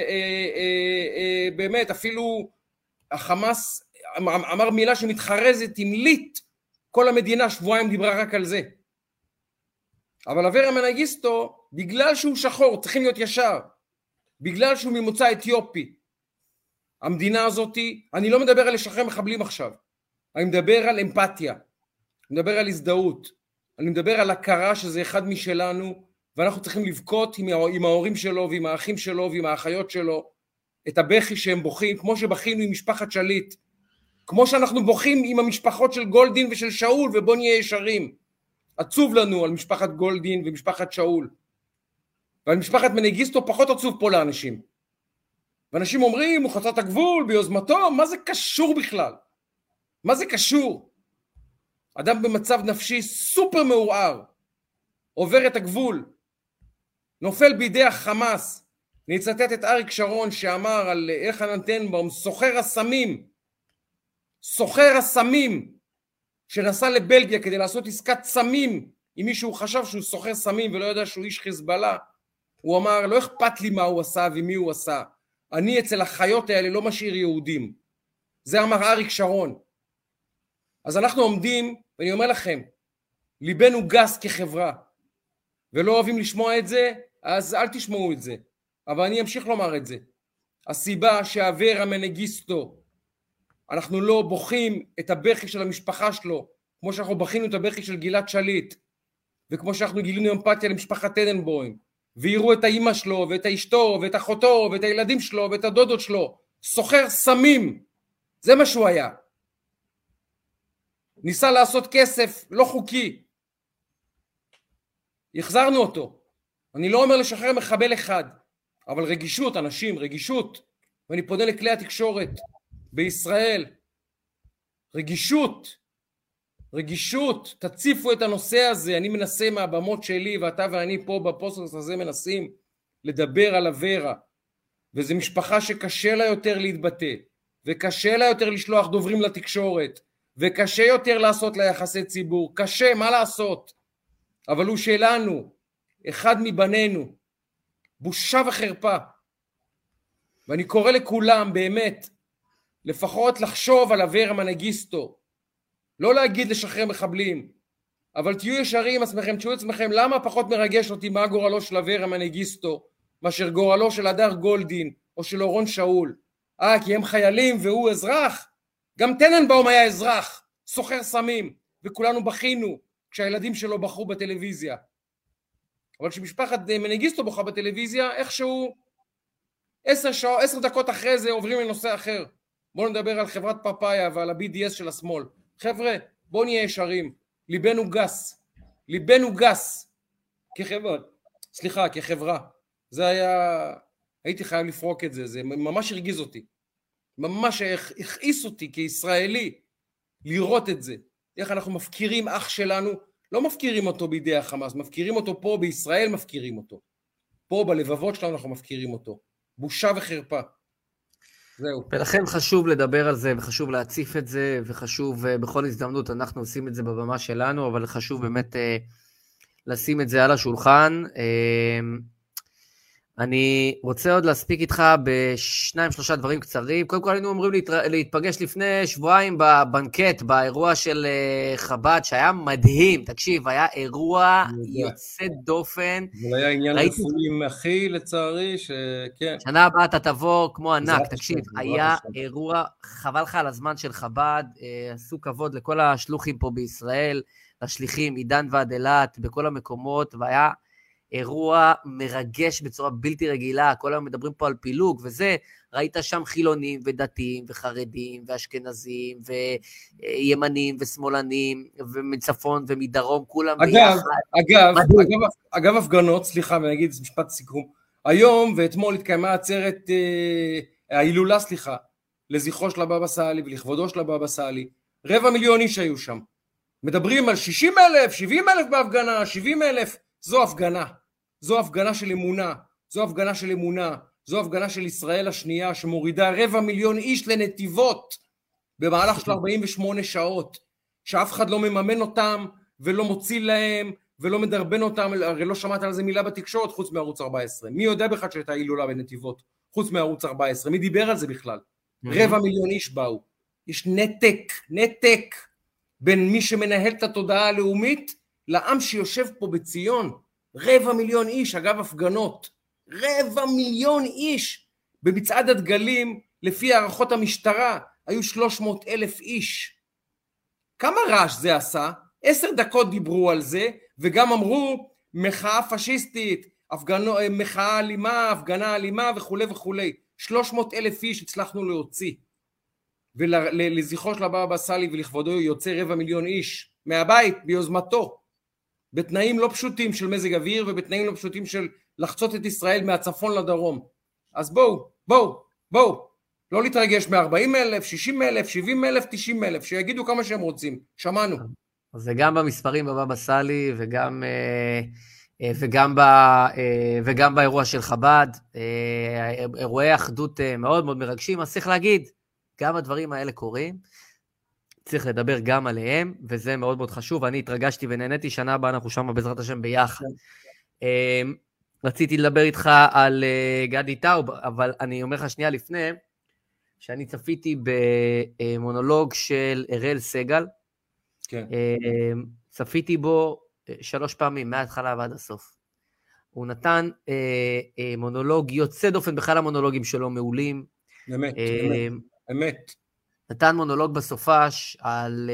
שבאמת אפילו החמאס אמר מילה שמתחרזת עם ליט, כל המדינה שבועיים דיברה רק על זה. אבל אברה מנגיסטו, בגלל שהוא שחור, צריכים להיות ישר, בגלל שהוא ממוצא אתיופי, המדינה הזאת, אני לא מדבר על לשחרר מחבלים עכשיו, אני מדבר על אמפתיה, אני מדבר על הזדהות, אני מדבר על הכרה שזה אחד משלנו, ואנחנו צריכים לבכות עם, עם ההורים שלו ועם האחים שלו ועם האחיות שלו את הבכי שהם בוכים, כמו שבכינו עם משפחת שליט, כמו שאנחנו בוכים עם המשפחות של גולדין ושל שאול, ובוא נהיה ישרים. עצוב לנו על משפחת גולדין ומשפחת שאול, ועל משפחת מנגיסטו פחות עצוב פה לאנשים. ואנשים אומרים, הוא חצה את הגבול ביוזמתו, מה זה קשור בכלל? מה זה קשור? אדם במצב נפשי סופר מעורער, עובר את הגבול, נופל בידי החמאס. אני אצטט את אריק שרון שאמר על אלחנן טננבאום, סוחר הסמים, סוחר הסמים, שנסע לבלגיה כדי לעשות עסקת סמים, אם מישהו חשב שהוא סוחר סמים ולא יודע שהוא איש חיזבאללה, הוא אמר, לא אכפת לי מה הוא עשה ומי הוא עשה, אני אצל החיות האלה לא משאיר יהודים. זה אמר אריק שרון. אז אנחנו עומדים, ואני אומר לכם, ליבנו גס כחברה, ולא אוהבים לשמוע את זה, אז אל תשמעו את זה. אבל אני אמשיך לומר את זה. הסיבה שאברה מנגיסטו, אנחנו לא בוכים את הבכי של המשפחה שלו, כמו שאנחנו בכינו את הבכי של גלעד שליט, וכמו שאנחנו גילינו אמפתיה למשפחת טננבוים, ויראו את האמא שלו, ואת האשתו, ואת אחותו, ואת הילדים שלו, ואת הדודות שלו, סוחר סמים, זה מה שהוא היה. ניסה לעשות כסף לא חוקי, החזרנו אותו. אני לא אומר לשחרר מחבל אחד, אבל רגישות, אנשים, רגישות, ואני פונה לכלי התקשורת בישראל, רגישות, רגישות, תציפו את הנושא הזה. אני מנסה מהבמות שלי, ואתה ואני פה בפוסטקאסט הזה מנסים לדבר על אברה, וזו משפחה שקשה לה יותר להתבטא, וקשה לה יותר לשלוח דוברים לתקשורת, וקשה יותר לעשות לה יחסי ציבור, קשה, מה לעשות? אבל הוא שלנו, אחד מבנינו, בושה וחרפה. ואני קורא לכולם באמת, לפחות לחשוב על אברה מנגיסטו, לא להגיד לשחרר מחבלים, אבל תהיו ישרים עם עצמכם, תהיו עצמכם, למה פחות מרגש אותי מה גורלו של אברה מנגיסטו, מאשר גורלו של הדר גולדין, או של אורון שאול? אה, כי הם חיילים והוא אזרח? גם טננבאום היה אזרח, סוחר סמים, וכולנו בכינו כשהילדים שלו בחרו בטלוויזיה. אבל כשמשפחת מנגיסטו בוכה בטלוויזיה, איכשהו עשר, שע... עשר דקות אחרי זה עוברים לנושא אחר. בואו נדבר על חברת פאפאיה ועל ה-בי די אס של השמאל. חבר'ה, בואו נהיה ישרים. ליבנו גס. ליבנו גס. כחברה. סליחה, כחברה. זה היה... הייתי חייב לפרוק את זה. זה ממש הרגיז אותי. ממש הכעיס אותי כישראלי לראות את זה. איך אנחנו מפקירים אח שלנו. לא מפקירים אותו בידי החמאס. מפקירים אותו פה בישראל, מפקירים אותו. פה בלבבות שלנו אנחנו מפקירים אותו. בושה וחרפה. זהו. ולכן חשוב לדבר על זה, וחשוב להציף את זה, וחשוב בכל הזדמנות, אנחנו עושים את זה בבמה שלנו, אבל חשוב באמת אה, לשים את זה על השולחן. אה, אני רוצה עוד להספיק איתך בשניים, שלושה דברים קצרים. קודם כל היינו אומרים להתר... להתפגש לפני שבועיים בבנקט, באירוע של חב"ד, שהיה מדהים. תקשיב, היה אירוע יוצא דופן. זה היה עניין רפואי עם אחי, לצערי, שכן. שנה הבאה אתה תבוא כמו ענק, תקשיב, היה אירוע, חבל לך על הזמן של חב"ד, עשו כבוד לכל השלוחים פה בישראל, לשליחים, עידן ועד אילת, בכל המקומות, והיה... אירוע מרגש בצורה בלתי רגילה, כל היום מדברים פה על פילוג וזה, ראית שם חילונים ודתיים וחרדים ואשכנזים וימנים ושמאלנים ומצפון ומדרום, כולם אגב, ביחד. אגב, אגב, אגב הפגנות, סליחה, ואני אגיד משפט סיכום, היום ואתמול התקיימה עצרת, אה, ההילולה, סליחה, לזכרו של הבבא סאלי ולכבודו של הבבא סאלי, רבע מיליון איש היו שם, מדברים על שישים אלף, שבעים אלף בהפגנה, שבעים אלף, זו הפגנה, זו הפגנה של אמונה, זו הפגנה של אמונה, זו הפגנה של ישראל השנייה שמורידה רבע מיליון איש לנתיבות במהלך של ארבעים ושמונה שעות, שאף אחד לא מממן אותם ולא מוציא להם ולא מדרבן אותם, הרי לא שמעת על זה מילה בתקשורת חוץ מערוץ ארבע עשרה, מי יודע בכלל שהייתה הילולה בנתיבות חוץ מערוץ ארבע עשרה, מי דיבר על זה בכלל? רבע מיליון איש באו, יש נתק, נתק בין מי שמנהל את התודעה הלאומית לעם שיושב פה בציון, רבע מיליון איש, אגב הפגנות, רבע מיליון איש, במצעד הדגלים, לפי הערכות המשטרה, היו שלוש מאות אלף איש. כמה רעש זה עשה? עשר דקות דיברו על זה, וגם אמרו, מחאה פשיסטית, הפגנו, מחאה אלימה, הפגנה אלימה וכו' וכו'. שלוש מאות אלף איש הצלחנו להוציא, ולזכרו של הבבא סאלי ולכבודו יוצא רבע מיליון איש, מהבית, ביוזמתו. בתנאים לא פשוטים של מזג אוויר, ובתנאים לא פשוטים של לחצות את ישראל מהצפון לדרום. אז בואו, בואו, בואו, לא להתרגש מ-ארבעים אלף, שישים אלף, שבעים אלף, תשעים אלף, שיגידו כמה שהם רוצים, שמענו. זה גם במספרים בבבא סאלי, וגם, וגם, וגם באירוע של חב"ד, אירועי אחדות מאוד מאוד מרגשים, אז צריך להגיד, גם הדברים האלה קורים, צריך לדבר גם עליהם, וזה מאוד מאוד חשוב, אני התרגשתי ונהניתי, שנה הבאה אנחנו שם בעזרת השם ביחד. רציתי לדבר איתך על גדי טאוב, אבל אני אומר לך שנייה לפני, שאני צפיתי במונולוג של אראל סגל, כן. צפיתי בו שלוש פעמים, מההתחלה ועד הסוף. הוא נתן מונולוג יוצא דופן, בכלל המונולוגים שלו מעולים. אמת, אמת, אמת. נתן מונולוג בסופש על,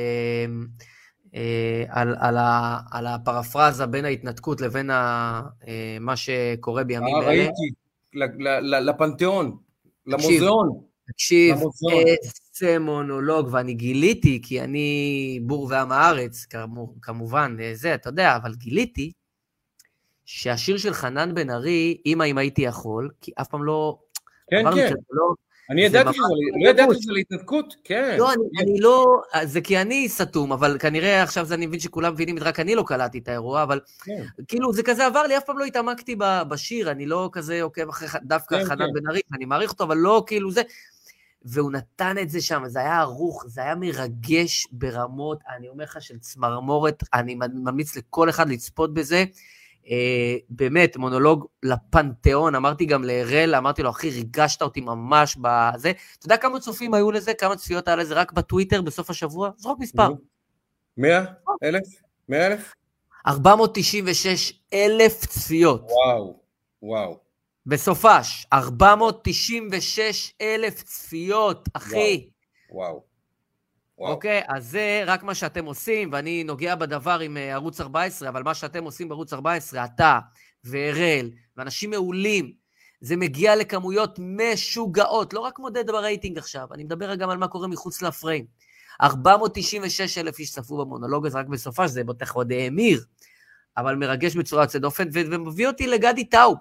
על, על, ה, על הפרפרזה בין ההתנתקות לבין ה, מה שקורה בימים האלה. ראיתי, לפנתיאון, למוזיאון. תקשיב, איזה מונולוג, ואני גיליתי, כי אני בור ועם הארץ, כמובן, זה, אתה יודע, אבל גיליתי שהשיר של חנן בן ארי, אמא אם הייתי יכול, כי אף פעם לא... כן, כן. לא, אני ידעתי שזה, לא ידעתי שזה להתנתקות, כן. לא, אני לא, זה כי אני סתום, אבל כנראה עכשיו אני מבין שכולם מבינים, רק אני לא קלטתי את האירוע, אבל כאילו זה כזה עבר לי, אף פעם לא התעמקתי בשיר, אני לא כזה עוקב אחרי דווקא חנן בן ארי, אני מעריך אותו, אבל לא כאילו זה, והוא נתן את זה שם, זה היה ערוך, זה היה מרגש ברמות, אני אומר לך של צמרמורת, אני ממליץ לכל אחד לצפות בזה, Uh, באמת, מונולוג לפנתיאון, אמרתי גם לאראל, אמרתי לו, אחי, ריגשת אותי ממש בזה, אתה יודע כמה צופים היו לזה, כמה צפיות היה לזה רק בטוויטר בסוף השבוע? זרוק מספר. מאה? אלף? מאה אלף? ארבע מאות תשעים ושש אלף צפיות. וואו, וואו. בסופש, ארבע מאות תשעים ושש אלף צפיות, אחי. וואו. אוקיי, אז זה רק מה שאתם עושים, ואני נוגע בדבר עם ערוץ ארבע עשרה, אבל מה שאתם עושים בערוץ ארבע עשרה, אתה והראל, ואנשים מעולים, זה מגיע לכמויות משוגעות, לא רק מודד ברייטינג עכשיו, אני מדבר גם על מה קורה מחוץ לפריים. ארבע מאות תשעים ושש אלף איש צפו במונולוג, אז רק בסופה, שזה בטח עוד האמיר, אבל מרגש בצורה יוצאת דופן, ומביא אותי לגדי טאוב,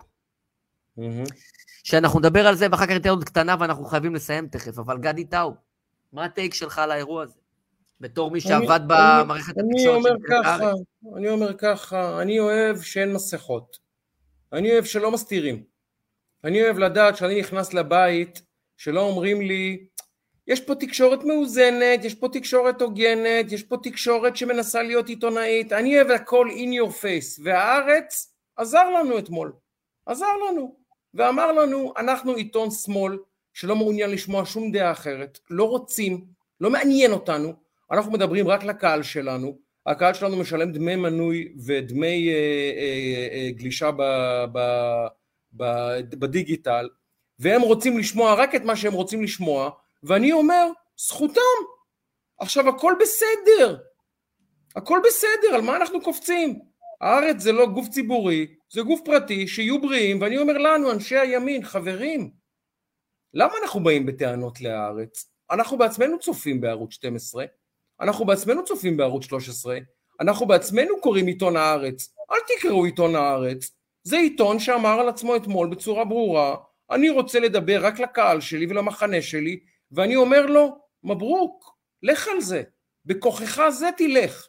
שאנחנו נדבר על זה, ואחר כך ניתן עוד קטנה, ואנחנו חייבים לסיים תכף, אבל גדי טאוב, מה הטייק שלך על האירוע הזה? בתור מי שעבד במערכת התקשורת. אני אומר ככה, אני אוהב שאין מסכות, אני אוהב שלא מסתירים, אני אוהב לדעת שאני נכנס לבית, שלא אומרים לי, יש פה תקשורת מאוזנת, יש פה תקשורת הוגנת, יש פה תקשורת שמנסה להיות עיתונאית, אני אוהב הכל in your face, והארץ עזר לנו אתמול, עזר לנו, ואמר לנו, אנחנו עיתון שמאל, שלא מעוניין לשמוע שום דעה אחרת, לא רוצים, לא מעניין אותנו, אנחנו מדברים רק לקהל שלנו, הקהל שלנו משלם דמי מנוי ודמי אה, אה, אה, גלישה ב, ב, ב, בדיגיטל, והם רוצים לשמוע רק את מה שהם רוצים לשמוע, ואני אומר, זכותם, עכשיו הכל בסדר, הכל בסדר, על מה אנחנו קופצים? הארץ זה לא גוף ציבורי, זה גוף פרטי, שיהיו בריאים, ואני אומר לנו, אנשי הימין, חברים, למה אנחנו באים בטענות להארץ? אנחנו בעצמנו צופים בערוץ שתים עשרה, אנחנו בעצמנו צופים בערוץ שלוש עשרה, אנחנו בעצמנו קוראים עיתון הארץ, אל תקראו עיתון הארץ, זה עיתון שאמר על עצמו אתמול בצורה ברורה, אני רוצה לדבר רק לקהל שלי ולמחנה שלי, ואני אומר לו, מברוק, לך על זה, בכוחך זה תלך,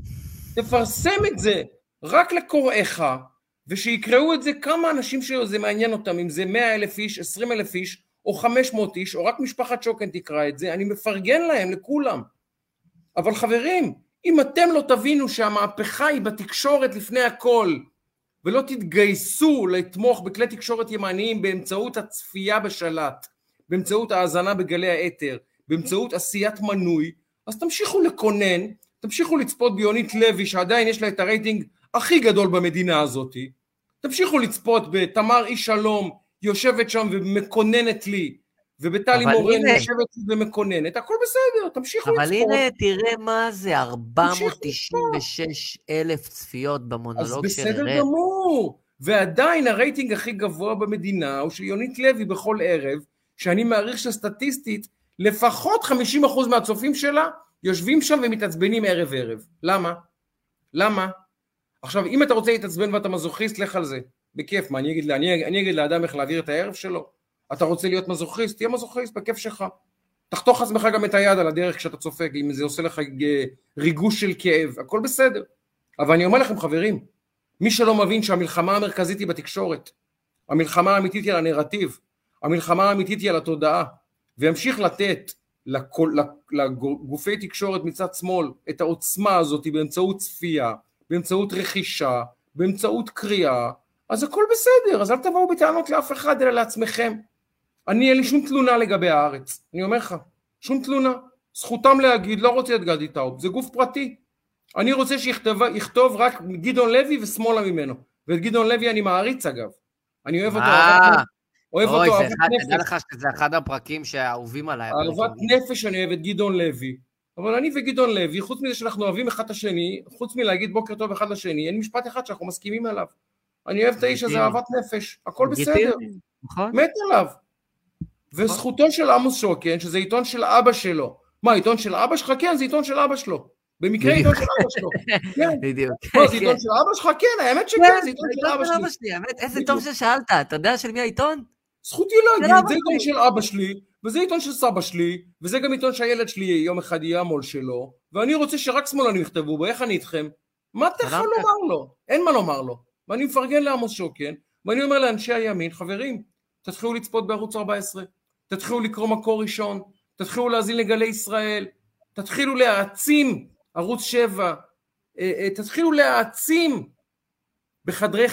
תפרסם את זה רק לקוראיך, ושיקראו את זה כמה אנשים שזה מעניין אותם, אם זה מאה אלף איש, עשרים אלף איש, או חמש מאות איש, או רק משפחת שוקן תקרא את זה, אני מפרגן להם, לכולם. אבל חברים, אם אתם לא תבינו שהמהפכה היא בתקשורת לפני הכל, ולא תתגייסו לתמוך בכלי תקשורת ימניים באמצעות הצפייה בשלט, באמצעות ההאזנה בגלי האתר, באמצעות עשיית מנוי, אז תמשיכו לקונן, תמשיכו לצפות ביונית לוי, שעדיין יש לה את הרייטינג הכי גדול במדינה הזאת, תמשיכו לצפות בתמר איש שלום, יושבת שם ומקוננת לי, ובטלי מורן יושבת ומקוננת, הכל בסדר, תמשיכו אבל לצפות. אבל הנה, תראה מה זה, ארבע מאות תשעים ושש אלף צפיות במונולוג של הראל. אז בסדר גמור, ועדיין הרייטינג הכי גבוה במדינה, הוא של יונית לוי בכל ערב, שאני מעריך שסטטיסטית, לפחות חמישים אחוז מהצופים שלה, יושבים שם ומתעצבנים ערב ערב. למה? למה? עכשיו, אם אתה רוצה להתעצבן ואתה מזוכיסט, לך על זה. בכיף, מה אני אגיד, אני, אני אגיד לאדם איך להעביר את הערב שלו? אתה רוצה להיות מזוכיסט? תהיה מזוכיסט, בכיף שלך. תחתוך עצמך גם את היד על הדרך כשאתה צופה, אם זה עושה לך ריגוש של כאב, הכל בסדר. אבל אני אומר לכם, חברים, מי שלא מבין שהמלחמה המרכזית היא בתקשורת, המלחמה האמיתית היא על הנרטיב, המלחמה האמיתית היא על התודעה, וימשיך לתת לכל, לגופי תקשורת מצד שמאל את העוצמה הזאת באמצעות צפייה, באמצעות רכישה, באמצעות קריאה, אז הכל בסדר, אז אל תבואו בטענות לאף אחד אלא לעצמכם. אני אין לי שום תלונה לגבי הארץ, אני אומר לך, שום תלונה, זכותם להגיד, לא רוצה את גדי טאוב, זה גוף פרטי, אני רוצה שיכתוב רק גדעון לוי ושמאלה ממנו, ואת גדעון לוי אני מעריץ אגב, אני אוהב אותו, אוהב אותו, אהבת נפש. תדע לך שזה אחד הפרקים שהאהובים עליי. אהבת נפש אני אוהב את גדעון לוי, אבל אני וגדעון לוי, חוץ מזה שאנחנו אוהבים אחד את השני, חוץ מלהגיד בוקר טוב אחד לשני, אין משפט אחד שאנחנו מסכימים עליו. אני אוהב את האיש הזה, אהבת נפש, הכל בסדר, מת עליו. וזכותו של עמוס שוקן, שזה עיתון של אבא שלו. מה, עיתון של אבא שלך? כן, זה עיתון של אבא שלו. במקרה עיתון של אבא שלו. בדיוק. זה עיתון של אבא שלך? כן, האמת שכן, זה עיתון של אבא שלי. איזה טוב ששאלת, אתה יודע של מי העיתון? זכותי להגיד, זה עיתון של אבא שלי, וזה עיתון של סבא שלי, וזה גם עיתון שהילד שלי יום אחד יהיה המול שלו, ואני רוצה שרק שמאלנים יכתבו בו, איך אני איתכם? מה אתה יכול לומר לו? אין מה לומר לו. ואני מפרגן לעמוס שוקן, ואני אומר לאנשי הימין, חברים, תתחילו לצפות בערוץ ארבע עשרה, תתחילו לקרוא מקור ראשון, תתחילו להזין לגלי ישראל, תתחילו להעצים ערוץ שבע, תתחילו להעצים בחדרי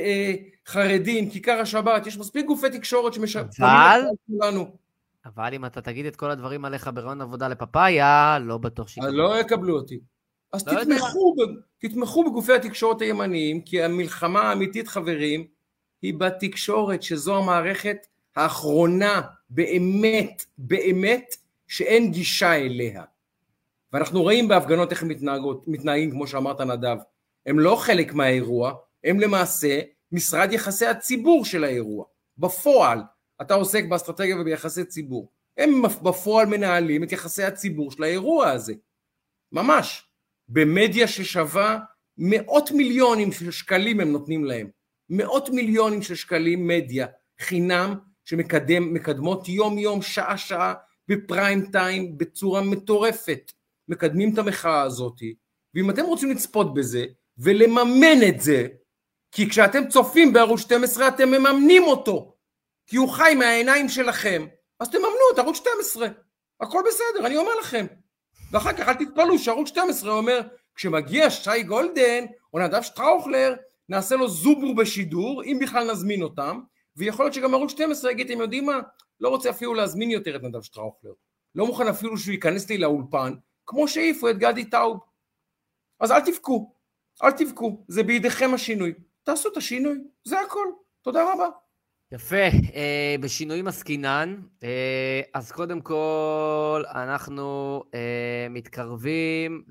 חרדים, כיכר השבת, יש מספיק גופי תקשורת שמשפונים את כולנו. אבל אם אתה תגיד את כל הדברים עליך ברעיון עבודה לפאפאיה, לא בטוח שיקבלו. לא יקבלו אותי. אז תתמכו, תתמכו בגופי התקשורת הימניים, כי המלחמה האמיתית, חברים, היא בתקשורת, שזו המערכת האחרונה, באמת, באמת, שאין גישה אליה. ואנחנו רואים בהפגנות איך הם מתנהגות, מתנהגים, כמו שאמרת נדב. הם לא חלק מהאירוע, הם למעשה משרד יחסי הציבור של האירוע. בפועל, אתה עוסק באסטרטגיה וביחסי ציבור. הם בפועל מנהלים את יחסי הציבור של האירוע הזה. ממש. במדיה ששווה מאות מיליונים של שקלים הם נותנים להם. מאות מיליונים של שקלים מדיה, חינם, שמקדמות יום יום, שעה שעה, בפריים טיים, בצורה מטורפת. מקדמים את המחאה הזאת, ואם אתם רוצים לצפות בזה, ולממן את זה, כי כשאתם צופים בערוץ שתים עשרה, אתם מממנים אותו, כי הוא חי מהעיניים שלכם, אז תממנו את ערוץ שתים עשרה, הכל בסדר, אני אומר לכם. ואחר כך אל תתפלו שערוץ שתים עשרה אומר, כשמגיע שי גולדן, או נדב שטראוכלר, נעשה לו זובור בשידור, אם בכלל נזמין אותם, ויכול להיות שגם ערוץ שתים עשרה יגיד, אתם יודעים מה? לא רוצה אפילו להזמין יותר את נדב שטראוכלר. לא מוכן אפילו שהוא ייכנס לי לאולפן, כמו שהעיפו את גדי טאוב. אז אל תבכו, אל תבכו, זה בידיכם השינוי. תעשו את השינוי, זה הכל. תודה רבה. יפה, אה, בשינויים עסקינן, אה, אז קודם כל אנחנו אה, מתקרבים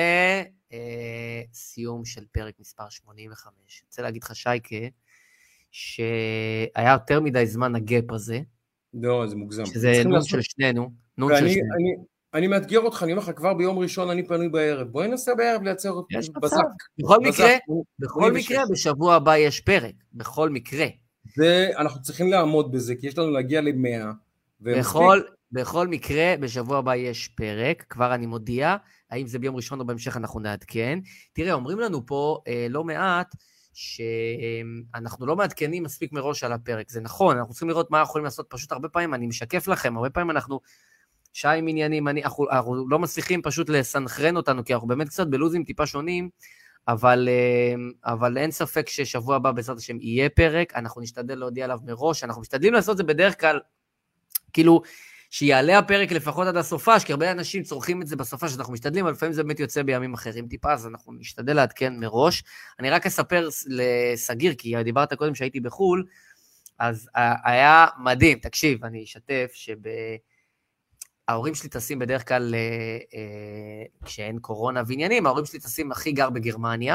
לסיום אה, של פרק מספר שמונים וחמש. אני רוצה להגיד לך שייקה, שהיה יותר מדי זמן הגאפ הזה. לא, זה מוגזם. שזה נון של שנינו. נון של שנינו. אני, אני מאתגר אותך, אני אומר לך, כבר ביום ראשון אני פנוי בערב. בואי ננסה בערב לייצר בזק. בכל מקרה, בכל מקרה, בשבוע הבא יש פרק. בכל מקרה. זה, אנחנו צריכים לעמוד בזה, כי יש לנו להגיע למאה. בכל, בכל מקרה, בשבוע הבא יש פרק, כבר אני מודיע, האם זה ביום ראשון או בהמשך אנחנו נעדכן. תראה, אומרים לנו פה אה, לא מעט, שאנחנו לא מעדכנים מספיק מראש על הפרק. זה נכון, אנחנו צריכים לראות מה אנחנו יכולים לעשות, פשוט הרבה פעמים, אני משקף לכם, הרבה פעמים אנחנו שיים עניינים, אני, אנחנו, אנחנו לא מצליחים פשוט לסנכרן אותנו, כי אנחנו באמת קצת בלוזים טיפה שונים, אבל, אבל אין ספק ששבוע הבא בעזרת השם יהיה פרק, אנחנו נשתדל להודיע עליו מראש, אנחנו משתדלים לעשות זה בדרך כלל, כאילו, שיעלה הפרק לפחות עד הסופש, כי הרבה אנשים צורכים את זה בסופש, אנחנו משתדלים, אבל לפעמים זה באמת יוצא בימים אחרים טיפה, אז אנחנו נשתדל לעדכן מראש. אני רק אספר לסגיר, כי דיברת קודם שהייתי בחול, אז היה מדהים, תקשיב, אני אשתף שההורים שלי טסים בדרך כלל, כשאין קורונה ועניינים, ההורים שלי טסים הכי גר בגרמניה,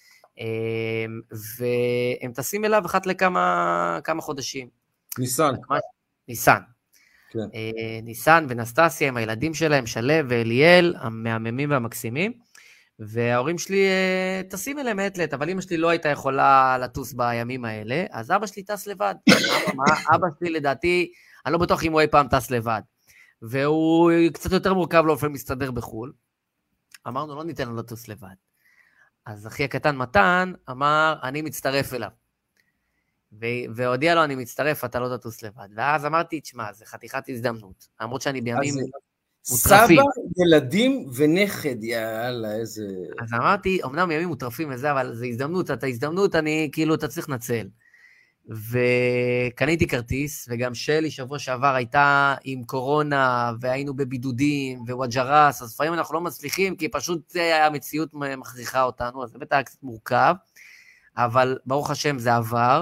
והם טסים אליו אחת לכמה כמה חודשים. ניסן. ניסן. כן. ניסן ונסטסיה עם הילדים שלהם, שלב ואליאל, המהממים והמקסימים, וההורים שלי טסים אליהם מעת לעת, אבל אמא שלי לא הייתה יכולה לטוס בימים האלה, אז אבא שלי טס לבד. אבא שלי לדעתי, אני לא בטוח אם הוא אי פעם טס לבד, והוא קצת יותר מורכב לו לפעמים מסתדר בחול. אמרנו, לא ניתן לו לטוס לבד. אז אחי הקטן מתן אמר, אני מצטרף אליו. והודיע לו, אני מצטרף, אתה לא תטוס לבד. ואז אמרתי, תשמע, זה חתיכת הזדמנות. למרות שאני בימים מוטרפים. סבא, ילדים ונכד, יאללה, איזה... אז אמרתי, אמנם ימים מוטרפים וזה, אבל זה הזדמנות, אתה הזדמנות, אני כאילו, אתה צריך לנצל. וקניתי כרטיס, וגם שלי שבוע שעבר הייתה עם קורונה, והיינו בבידודים, ווואג'רס, אז לפעמים אנחנו לא מצליחים, כי פשוט המציאות מכריחה אותנו, אז זה בטח קצת מורכב, אבל ברוך השם זה עבר,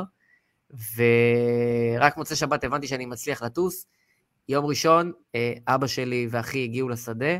ורק מוצא שבת הבנתי שאני מצליח לטוס. יום ראשון, אבא שלי ואחי הגיעו לשדה,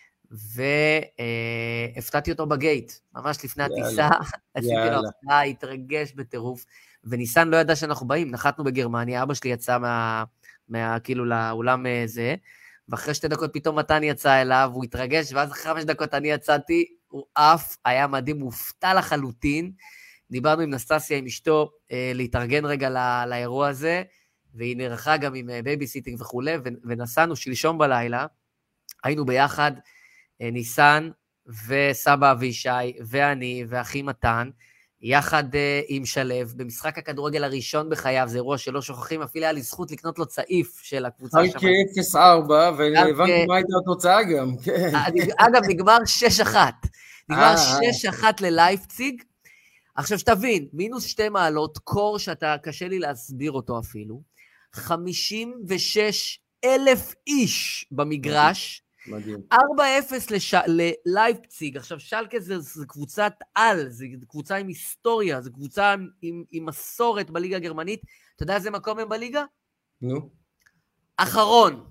והפתעתי אותו בגייט, ממש לפני הטיסה, עשיתי לו הפתעה, התרגש בטירוף, וניסן לא ידע שאנחנו באים, נחתנו בגרמניה, אבא שלי יצא מה, מה, כאילו לאולם זה, ואחרי שתי דקות פתאום מתן יצא אליו, הוא התרגש, ואז אחרי חמש דקות אני יצאתי, הוא אף, היה מדהים, הוא הופתע לחלוטין, דיברנו עם נסטסיה, עם אשתו, להתארגן רגע לא, לאירוע הזה, והיא נערכה גם עם בייביסיטינג וכו', ונסענו שלשום בלילה, היינו ביחד, ניסן וסבא אבישי, ואני ואחי מתן, יחד עם שלב, במשחק הכדורגל הראשון בחייו, זה אירוע שלא שוכחים, אפילו היה לי זכות לקנות לו צעיף של הקבוצה שם. חלקי אפס ארבע, והבנתי מה הייתה התוצאה גם, כן. אגב, נגמר שש אחת, נגמר שש אחת ללייפציג, עכשיו שתבין, מינוס שתי מעלות, קור שאתה קשה לי להסביר אותו אפילו, חמישים ושש אלף איש במגרש, מדהים. ארבע אפס ללייפציג, עכשיו שלקה זה, זה קבוצת על, זה קבוצה עם היסטוריה, זה קבוצה עם, עם מסורת בליגה הגרמנית, אתה יודע איזה מקום הם בליגה? נו. אחרון.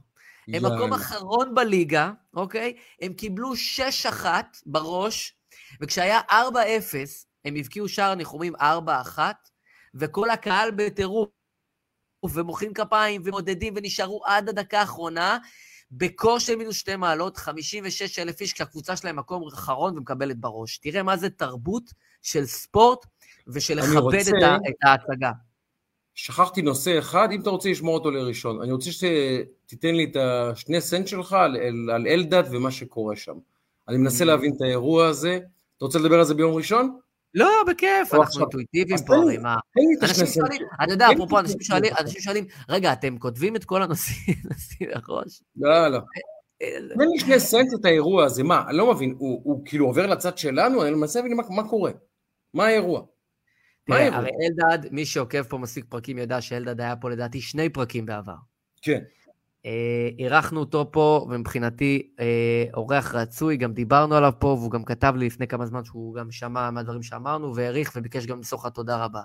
הם מקום אחרון בליגה, אוקיי? הם קיבלו שש אחת בראש, וכשהיה ארבע אפס, הם הבקיעו שער ניחומים ארבע אחת, וכל הקהל בטירוף, ומוחאים כפיים, ומודדים, ונשארו עד הדקה האחרונה, בקור של מינוס שתי מעלות, חמישים ושש אלף איש, כשהקבוצה שלהם מקום אחרון ומקבלת בראש. תראה מה זה תרבות של ספורט, ושל לכבד את, ה- את ההצגה. שכחתי נושא אחד, אם אתה רוצה לשמור אותו לראשון, אני רוצה שתיתן לי את השני סנט שלך על, על אלדד ומה שקורה שם. אני מנסה להבין את האירוע הזה. אתה רוצה לדבר על זה ביום ראשון? לא, בכיף, אנחנו אינטואיטיביים פה, הרי מה? אנשים שואלים, אני יודע, אפרופו, אנשים שואלים, רגע, אתם כותבים את כל הנושאים לראש? לא, לא. תן לי שני סנט את האירוע הזה, מה? אני לא מבין, הוא כאילו עובר לצד שלנו, אני מנסה להבין מה קורה. מה האירוע? תראה, הרי אלדד, מי שעוקב פה מספיק פרקים ידע שאלדד היה פה לדעתי שני פרקים בעבר. כן. אירחנו אותו פה, ומבחינתי אורח רצוי, גם דיברנו עליו פה, והוא גם כתב לי לפני כמה זמן שהוא גם שמע מהדברים שאמרנו, והעריך וביקש גם לסוך תודה רבה.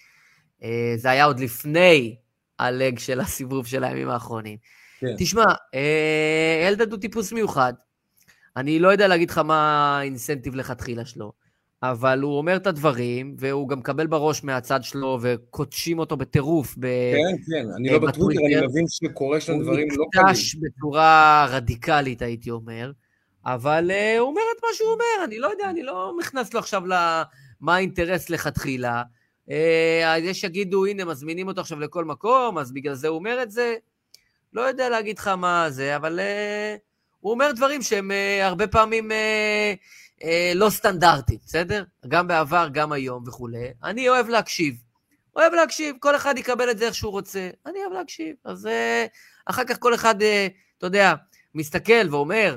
זה היה עוד לפני הלג של הסיבוב של הימים האחרונים. כן. תשמע, אלדד הוא טיפוס מיוחד, אני לא יודע להגיד לך מה האינסנטיב לכתחילה שלו, אבל הוא אומר את הדברים, והוא גם מקבל בראש מהצד שלו, וקודשים אותו בטירוף. ב... כן, כן, אני לא בטוויטר, אני מבין שקורה שם דברים לא קלים. הוא נקדש בצורה רדיקלית, הייתי אומר, אבל uh, הוא אומר את מה שהוא אומר, אני לא יודע, אני לא מכנס לו עכשיו למה האינטרס לכתחילה. Uh, יש יגידו, הנה, מזמינים אותו עכשיו לכל מקום, אז בגלל זה הוא אומר את זה. לא יודע להגיד לך מה זה, אבל uh, הוא אומר דברים שהם uh, הרבה פעמים... Uh, לא סטנדרטי, בסדר? גם בעבר, גם היום וכו'. אני אוהב להקשיב. אוהב להקשיב, כל אחד יקבל את זה איך שהוא רוצה. אני אוהב להקשיב. אז אחר כך כל אחד, אתה יודע, מסתכל ואומר,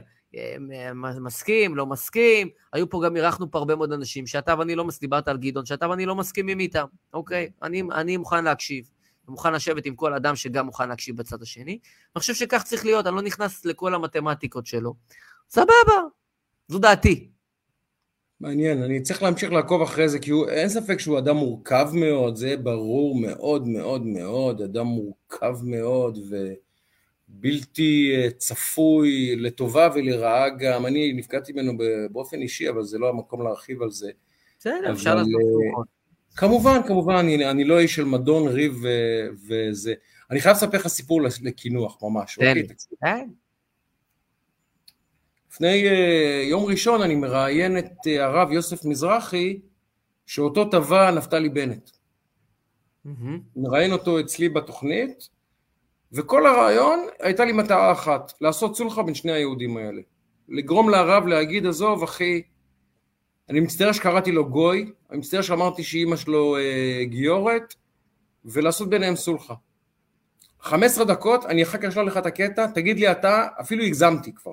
מסכים, לא מסכים. היו פה גם, אירחנו פה הרבה מאוד אנשים, שאתה ואני לא דיברת על גדעון, שאתה ואני לא מסכימים איתם. אוקיי? אני, אני מוכן להקשיב. אני מוכן לשבת עם כל אדם שגם מוכן להקשיב בצד השני. אני חושב שכך צריך להיות, אני לא נכנס לכל המתמטיקות שלו. סבבה. זו דעתי. מעניין, אני צריך להמשיך לעקוב אחרי זה, כי הוא, אין ספק שהוא אדם מורכב מאוד, זה ברור מאוד מאוד מאוד, אדם מורכב מאוד ובלתי צפוי, לטובה ולרעה גם, אני נפגעתי ממנו באופן אישי, אבל זה לא המקום להרחיב על זה. בסדר, אפשר לעשות. כמובן, כמובן, אני, אני לא איש של מדון, ריב ו, וזה, אני חייב לספר לך סיפור לקינוח ממש. תן, אוקיי, לפני uh, יום ראשון אני מראיין את uh, הרב יוסף מזרחי, שאותו טבע נפתלי בנט. Mm-hmm. מראיין אותו אצלי בתוכנית, וכל הרעיון הייתה לי מטרה אחת, לעשות סולחה בין שני היהודים האלה. לגרום לרב להגיד, עזוב אחי, אני מצטער שקראתי לו גוי, אני מצטער שאמרתי שאימא שלו uh, גיורת, ולעשות ביניהם סולחה. חמש עשרה דקות, אני אחר כך אשלח לך את הקטע, תגיד לי אתה, אפילו הגזמתי כבר.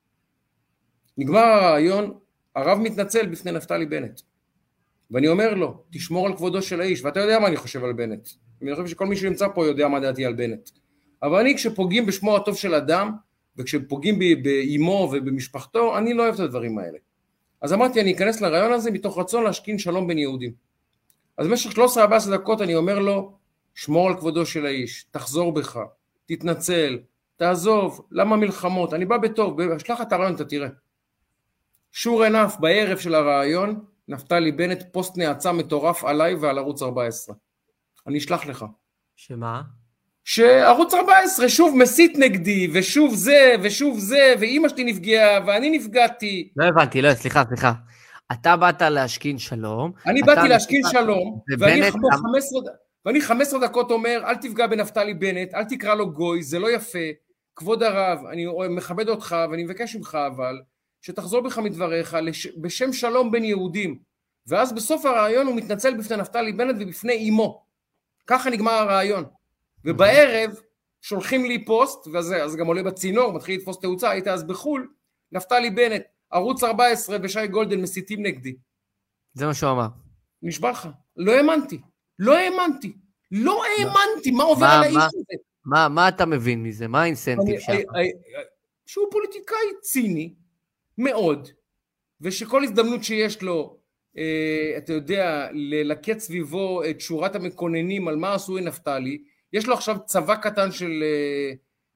נגמר הרעיון, הרב מתנצל בפני נפתלי בנט, ואני אומר לו, תשמור על כבודו של האיש, ואתה יודע מה אני חושב על בנט, אני חושב שכל מי שנמצא פה יודע מה דעתי על בנט, אבל אני כשפוגעים בשמו הטוב של אדם, וכשפוגעים באימו ובמשפחתו, אני לא אוהב את הדברים האלה. אז אמרתי, אני אכנס לרעיון הזה מתוך רצון להשכין שלום בין יהודים. אז במשך שלוש עשרה ארבע עשרה דקות אני אומר לו, שמור על כבודו של האיש, תחזור בך, תתנצל, תעזוב, למה מלחמות, אני בא בטוב, אשלח את הרעיון, אתה תראה. שור ענף בערב של הרעיון, נפתלי בנט פוסט נעצה מטורף עליי ועל ערוץ ארבע עשרה. אני אשלח לך. שמה? שערוץ ארבע עשרה שוב מסית נגדי, ושוב זה, ושוב זה, ואמא שלי נפגעה, ואני נפגעתי. לא הבנתי, לא, סליחה, סליחה. אתה באת להשכין שלום. אני באתי להשכין שלום, ואני חמש עשרה, ואני חמש עשרה דקות אומר, אל תפגע בנפתלי בנט, אל תקרא לו גוי, זה לא יפה. כבוד הרב, אני מכבד אותך, ואני מבקש ממך אבל, שתחזור בך מדבריך לש... בשם שלום בין יהודים, ואז בסוף הרעיון הוא מתנצל בפני נפתלי בנט ובפני אימו, ככה נגמר הרעיון, ובערב שולחים לי פוסט, ואז גם עולה בצינור, מתחיל לתפוס תאוצה, היית אז בחול, נפתלי בנט, ערוץ ארבע עשרה ושי גולדן מסיתים נגדי. זה מה שהוא אמר. נשבע לך, לא האמנתי, לא האמנתי, לא האמנתי, מה עובר על האיש הזה? מה, מה אתה מבין מזה? מה האינסנטיב שלך? שהוא פוליטיקאי ציני, מאוד, ושכל הזדמנות שיש לו, אה, אתה יודע, ללקט סביבו את שורת המקוננים על מה עשו נפתלי, יש לו עכשיו צבא קטן של, אה,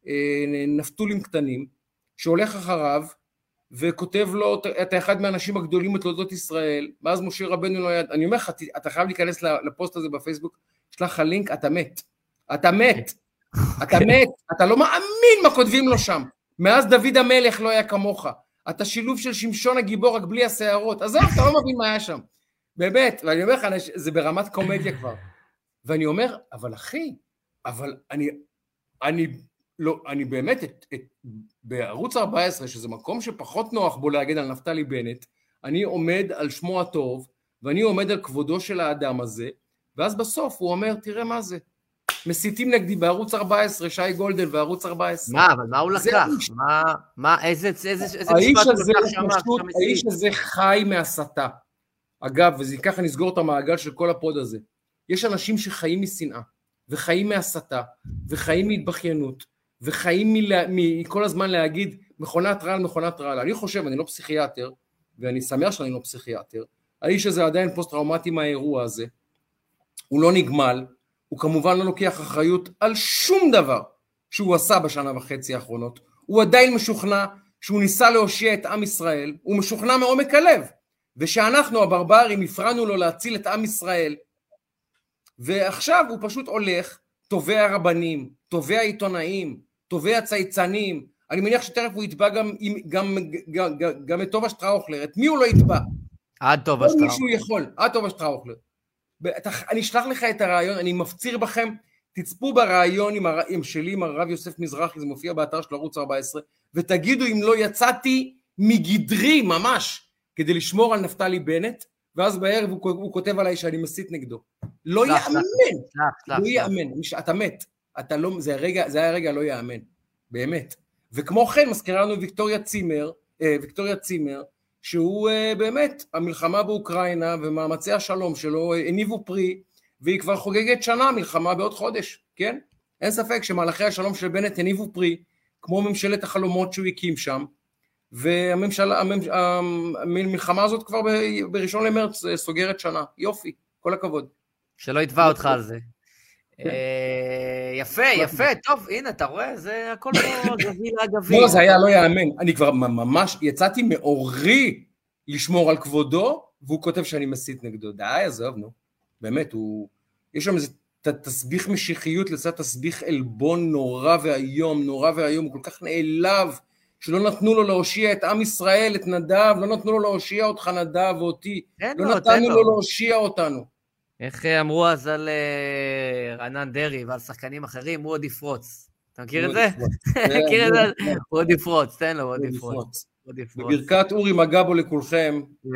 נפתולים קטנים, שהולך אחריו, וכותב לו, אתה אחד מהאנשים הגדולים בתולדות ישראל, ואז משה רבנו לא ידע, אני אומר לך, אתה חייב להיכנס לפוסט הזה בפייסבוק, שלח לך לינק, אתה מת, אתה מת, אתה מת, אתה לא מאמין מה כותבים לו שם, מאז דוד המלך לא היה כמוך, אתה שילוב של שמשון הגיבור רק בלי השערות, אז אתה לא מבין מה היה שם, באמת, ואני אומר לך, זה ברמת קומדיה כבר, ואני אומר, אבל אחי, אבל אני, אני, לא, אני באמת, את, את, בערוץ ארבע עשרה, שזה מקום שפחות נוח בו להגיד על נפתלי בנט, אני עומד על שמו הטוב, ואני עומד על כבודו של האדם הזה, ואז בסוף הוא אומר, תראה מה זה, מסיתים נגדי בערוץ ארבע עשרה, שי גולדל בערוץ ארבע עשרה. מה, אבל מה הוא לקח? מה, מה, איזה, איזה, איזה האיש הזה, פשוט, האיש הזה חי מהסתה. אגב, וזה ככה נסגור את המעגל של כל הפוד הזה. יש אנשים שחיים משנאה, וחיים מהסתה, וחיים מהתבכיינות, וחיים מכל הזמן להגיד, מכונת רעל, מכונת רעל. אני חושב, אני לא פסיכיאטר, ואני שמח שאני לא פסיכיאטר, האיש הזה עדיין פוסט-טראומטי מהאירוע הזה, הוא לא נגמל, הוא כמובן לא לוקח אחריות על שום דבר שהוא עשה בשנה וחצי האחרונות, הוא עדיין משוכנע שהוא ניסה להושיע את עם ישראל, הוא משוכנע מעומק הלב, ושאנחנו הברברים הפרענו לו להציל את עם ישראל, ועכשיו הוא פשוט הולך, תובע רבנים, תובע עיתונאים, תובע צייצנים, אני מניח שתכף הוא יתבע גם, גם, גם, גם, גם את טובה שטראוכלר, את מי הוא לא יתבע? עד טובה שטראוכלר. מישהו יכול, עד טובה שטראוכלר. אני אשלח לך את הרעיון, אני מפציר בכם, תצפו ברעיון עם, הר... עם שלי, עם הרב יוסף מזרחי, זה מופיע באתר של ערוץ ארבע עשרה, ותגידו אם לא יצאתי מגדרי ממש, כדי לשמור על נפתלי בנט, ואז בערב הוא, הוא כותב עליי שאני מסית נגדו. לא יאמן, לא יאמן, אתה מת, אתה לא, זה, הרגע, זה היה הרגע לא יאמן, באמת. וכמו כן מזכירה לנו ויקטוריה צימר, אה, ויקטוריה צימר, שהוא uh, באמת, המלחמה באוקראינה ומאמצי השלום שלו הניבו פרי, והיא כבר חוגגת שנה, מלחמה בעוד חודש, כן? אין ספק שמהלכי השלום של בנט הניבו פרי, כמו ממשלת החלומות שהוא הקים שם, והממשלה, המלחמה הזאת כבר בראשון למרץ סוגרת שנה, יופי, כל הכבוד. שלא יתבע אותך על זה. יפה, יפה, טוב, הנה, אתה רואה, זה הכל לא גביל הגביל. לא, זה היה לא יאמן, אני כבר ממש יצאתי מאורי לשמור על כבודו, והוא כותב שאני מסית נגדו, די, עזוב, נו, באמת, יש שם איזה תסביך משיחיות לצד תסביך אלבון נורא והיום, נורא והיום, הוא כל כך נעלב, שלא נתנו לו להושיע את עם ישראל, את נדב, לא נתנו לו להושיע אותך נדב ואותי, לא נתנו לו להושיע אותנו. איך אמרו אז על רענן דרי ועל שחקנים אחרים, הוא עוד יפרוץ. אתה מכיר את זה? מכיר את זה? הוא עוד יפרוץ, תן לו, הוא עוד יפרוץ. בברכת אורי מגבו לכולכם.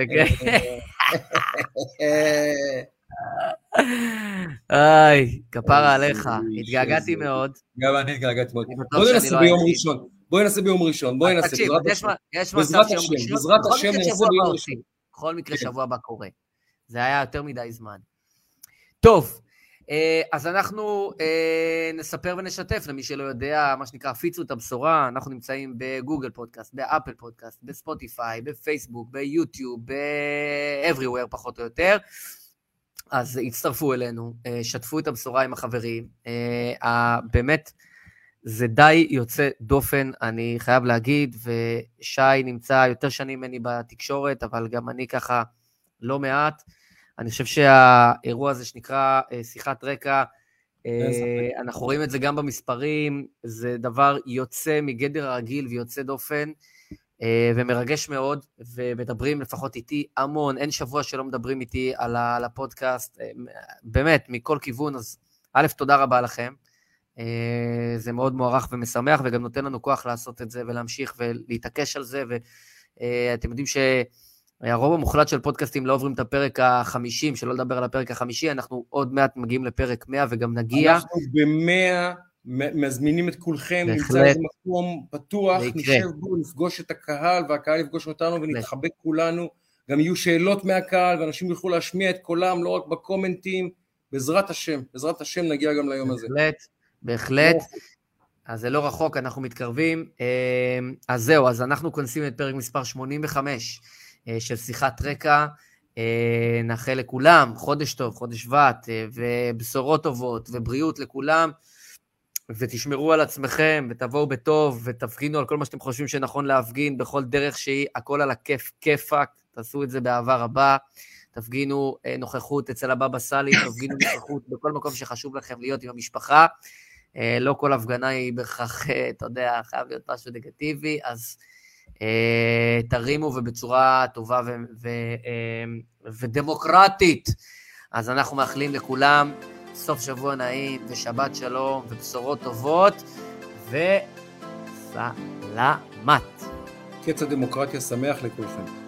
איי, כפרה עליך, התגעגעתי מאוד. גם אני התגעגעתי מאוד. בואי ננסה ביום ראשון, בואי ננסה ביום ראשון, בואי ננסה. תקשיב, יש מצב שיום ראשון, בכל מקרה שבוע הבא עושים, בכל מקרה שבוע הבא קורה. זה היה יותר מדי זמן. טוב, אז אנחנו נספר ונשתף למי שלא יודע, מה שנקרא, פיצו את הבשורה, אנחנו נמצאים בגוגל פודקאסט, באפל פודקאסט, בספוטיפיי, בפייסבוק, ביוטיוב, ב-everywhere פחות או יותר, אז הצטרפו אלינו, שתפו את הבשורה עם החברים, באמת זה די יוצא דופן, אני חייב להגיד, ושי נמצא יותר שנים ממני בתקשורת, אבל גם אני ככה לא מעט, אני חושב שהאירוע הזה שנקרא שיחת רקע, אנחנו רואים את זה גם במספרים, זה דבר יוצא מגדר הרגיל ויוצא דופן, ומרגש מאוד, ומדברים לפחות איתי המון, אין שבוע שלא מדברים איתי על הפודקאסט, באמת, מכל כיוון, אז א', תודה רבה לכם, זה מאוד מוערך ומשמח, וגם נותן לנו כוח לעשות את זה, ולהמשיך ולהתעקש על זה, ואתם יודעים ש... הרוב המוחלט של פודקאסטים לא עוברים את הפרק החמישים, שלא לדבר על הפרק החמישי, אנחנו עוד מעט מגיעים לפרק מאה וגם נגיע. אנחנו במאה מזמינים את כולכם, נמצא איזה מקום פתוח, נשב בו, נפגוש את הקהל, והקהל יפגוש אותנו ונתחבק כולנו, גם יהיו שאלות מהקהל, ואנשים יוכלו להשמיע את קולם, לא רק בקומנטים, בעזרת השם, בעזרת השם נגיע גם ליום הזה. בהחלט, בהחלט. אז זה לא רחוק, אנחנו מתקרבים. אז זהו, אז אנחנו כונסים את פרק מספר שמונים וחמש, של שיחת רקע, נאחל לכולם, חודש טוב, חודש שבט, ובשורות טובות, ובריאות לכולם, ותשמרו על עצמכם, ותבואו בטוב, ותפגינו על כל מה שאתם חושבים שנכון להפגין, בכל דרך שהיא, הכל על הכיף, כיפק, תעשו את זה באהבה רבה, תפגינו נוכחות אצל הבבא סאלי, תפגינו נוכחות בכל מקום שחשוב לכם להיות עם המשפחה, לא כל הפגנה היא בכך, אתה יודע, חייב להיות משהו נגטיבי, אז תרימו ובצורה טובה ו- ו- ודמוקרטית. אז אנחנו מאחלים לכולם סוף שבוע נעים ושבת שלום ובשורות טובות וסלמת. קץ הדמוקרטיה שמח לכולכם.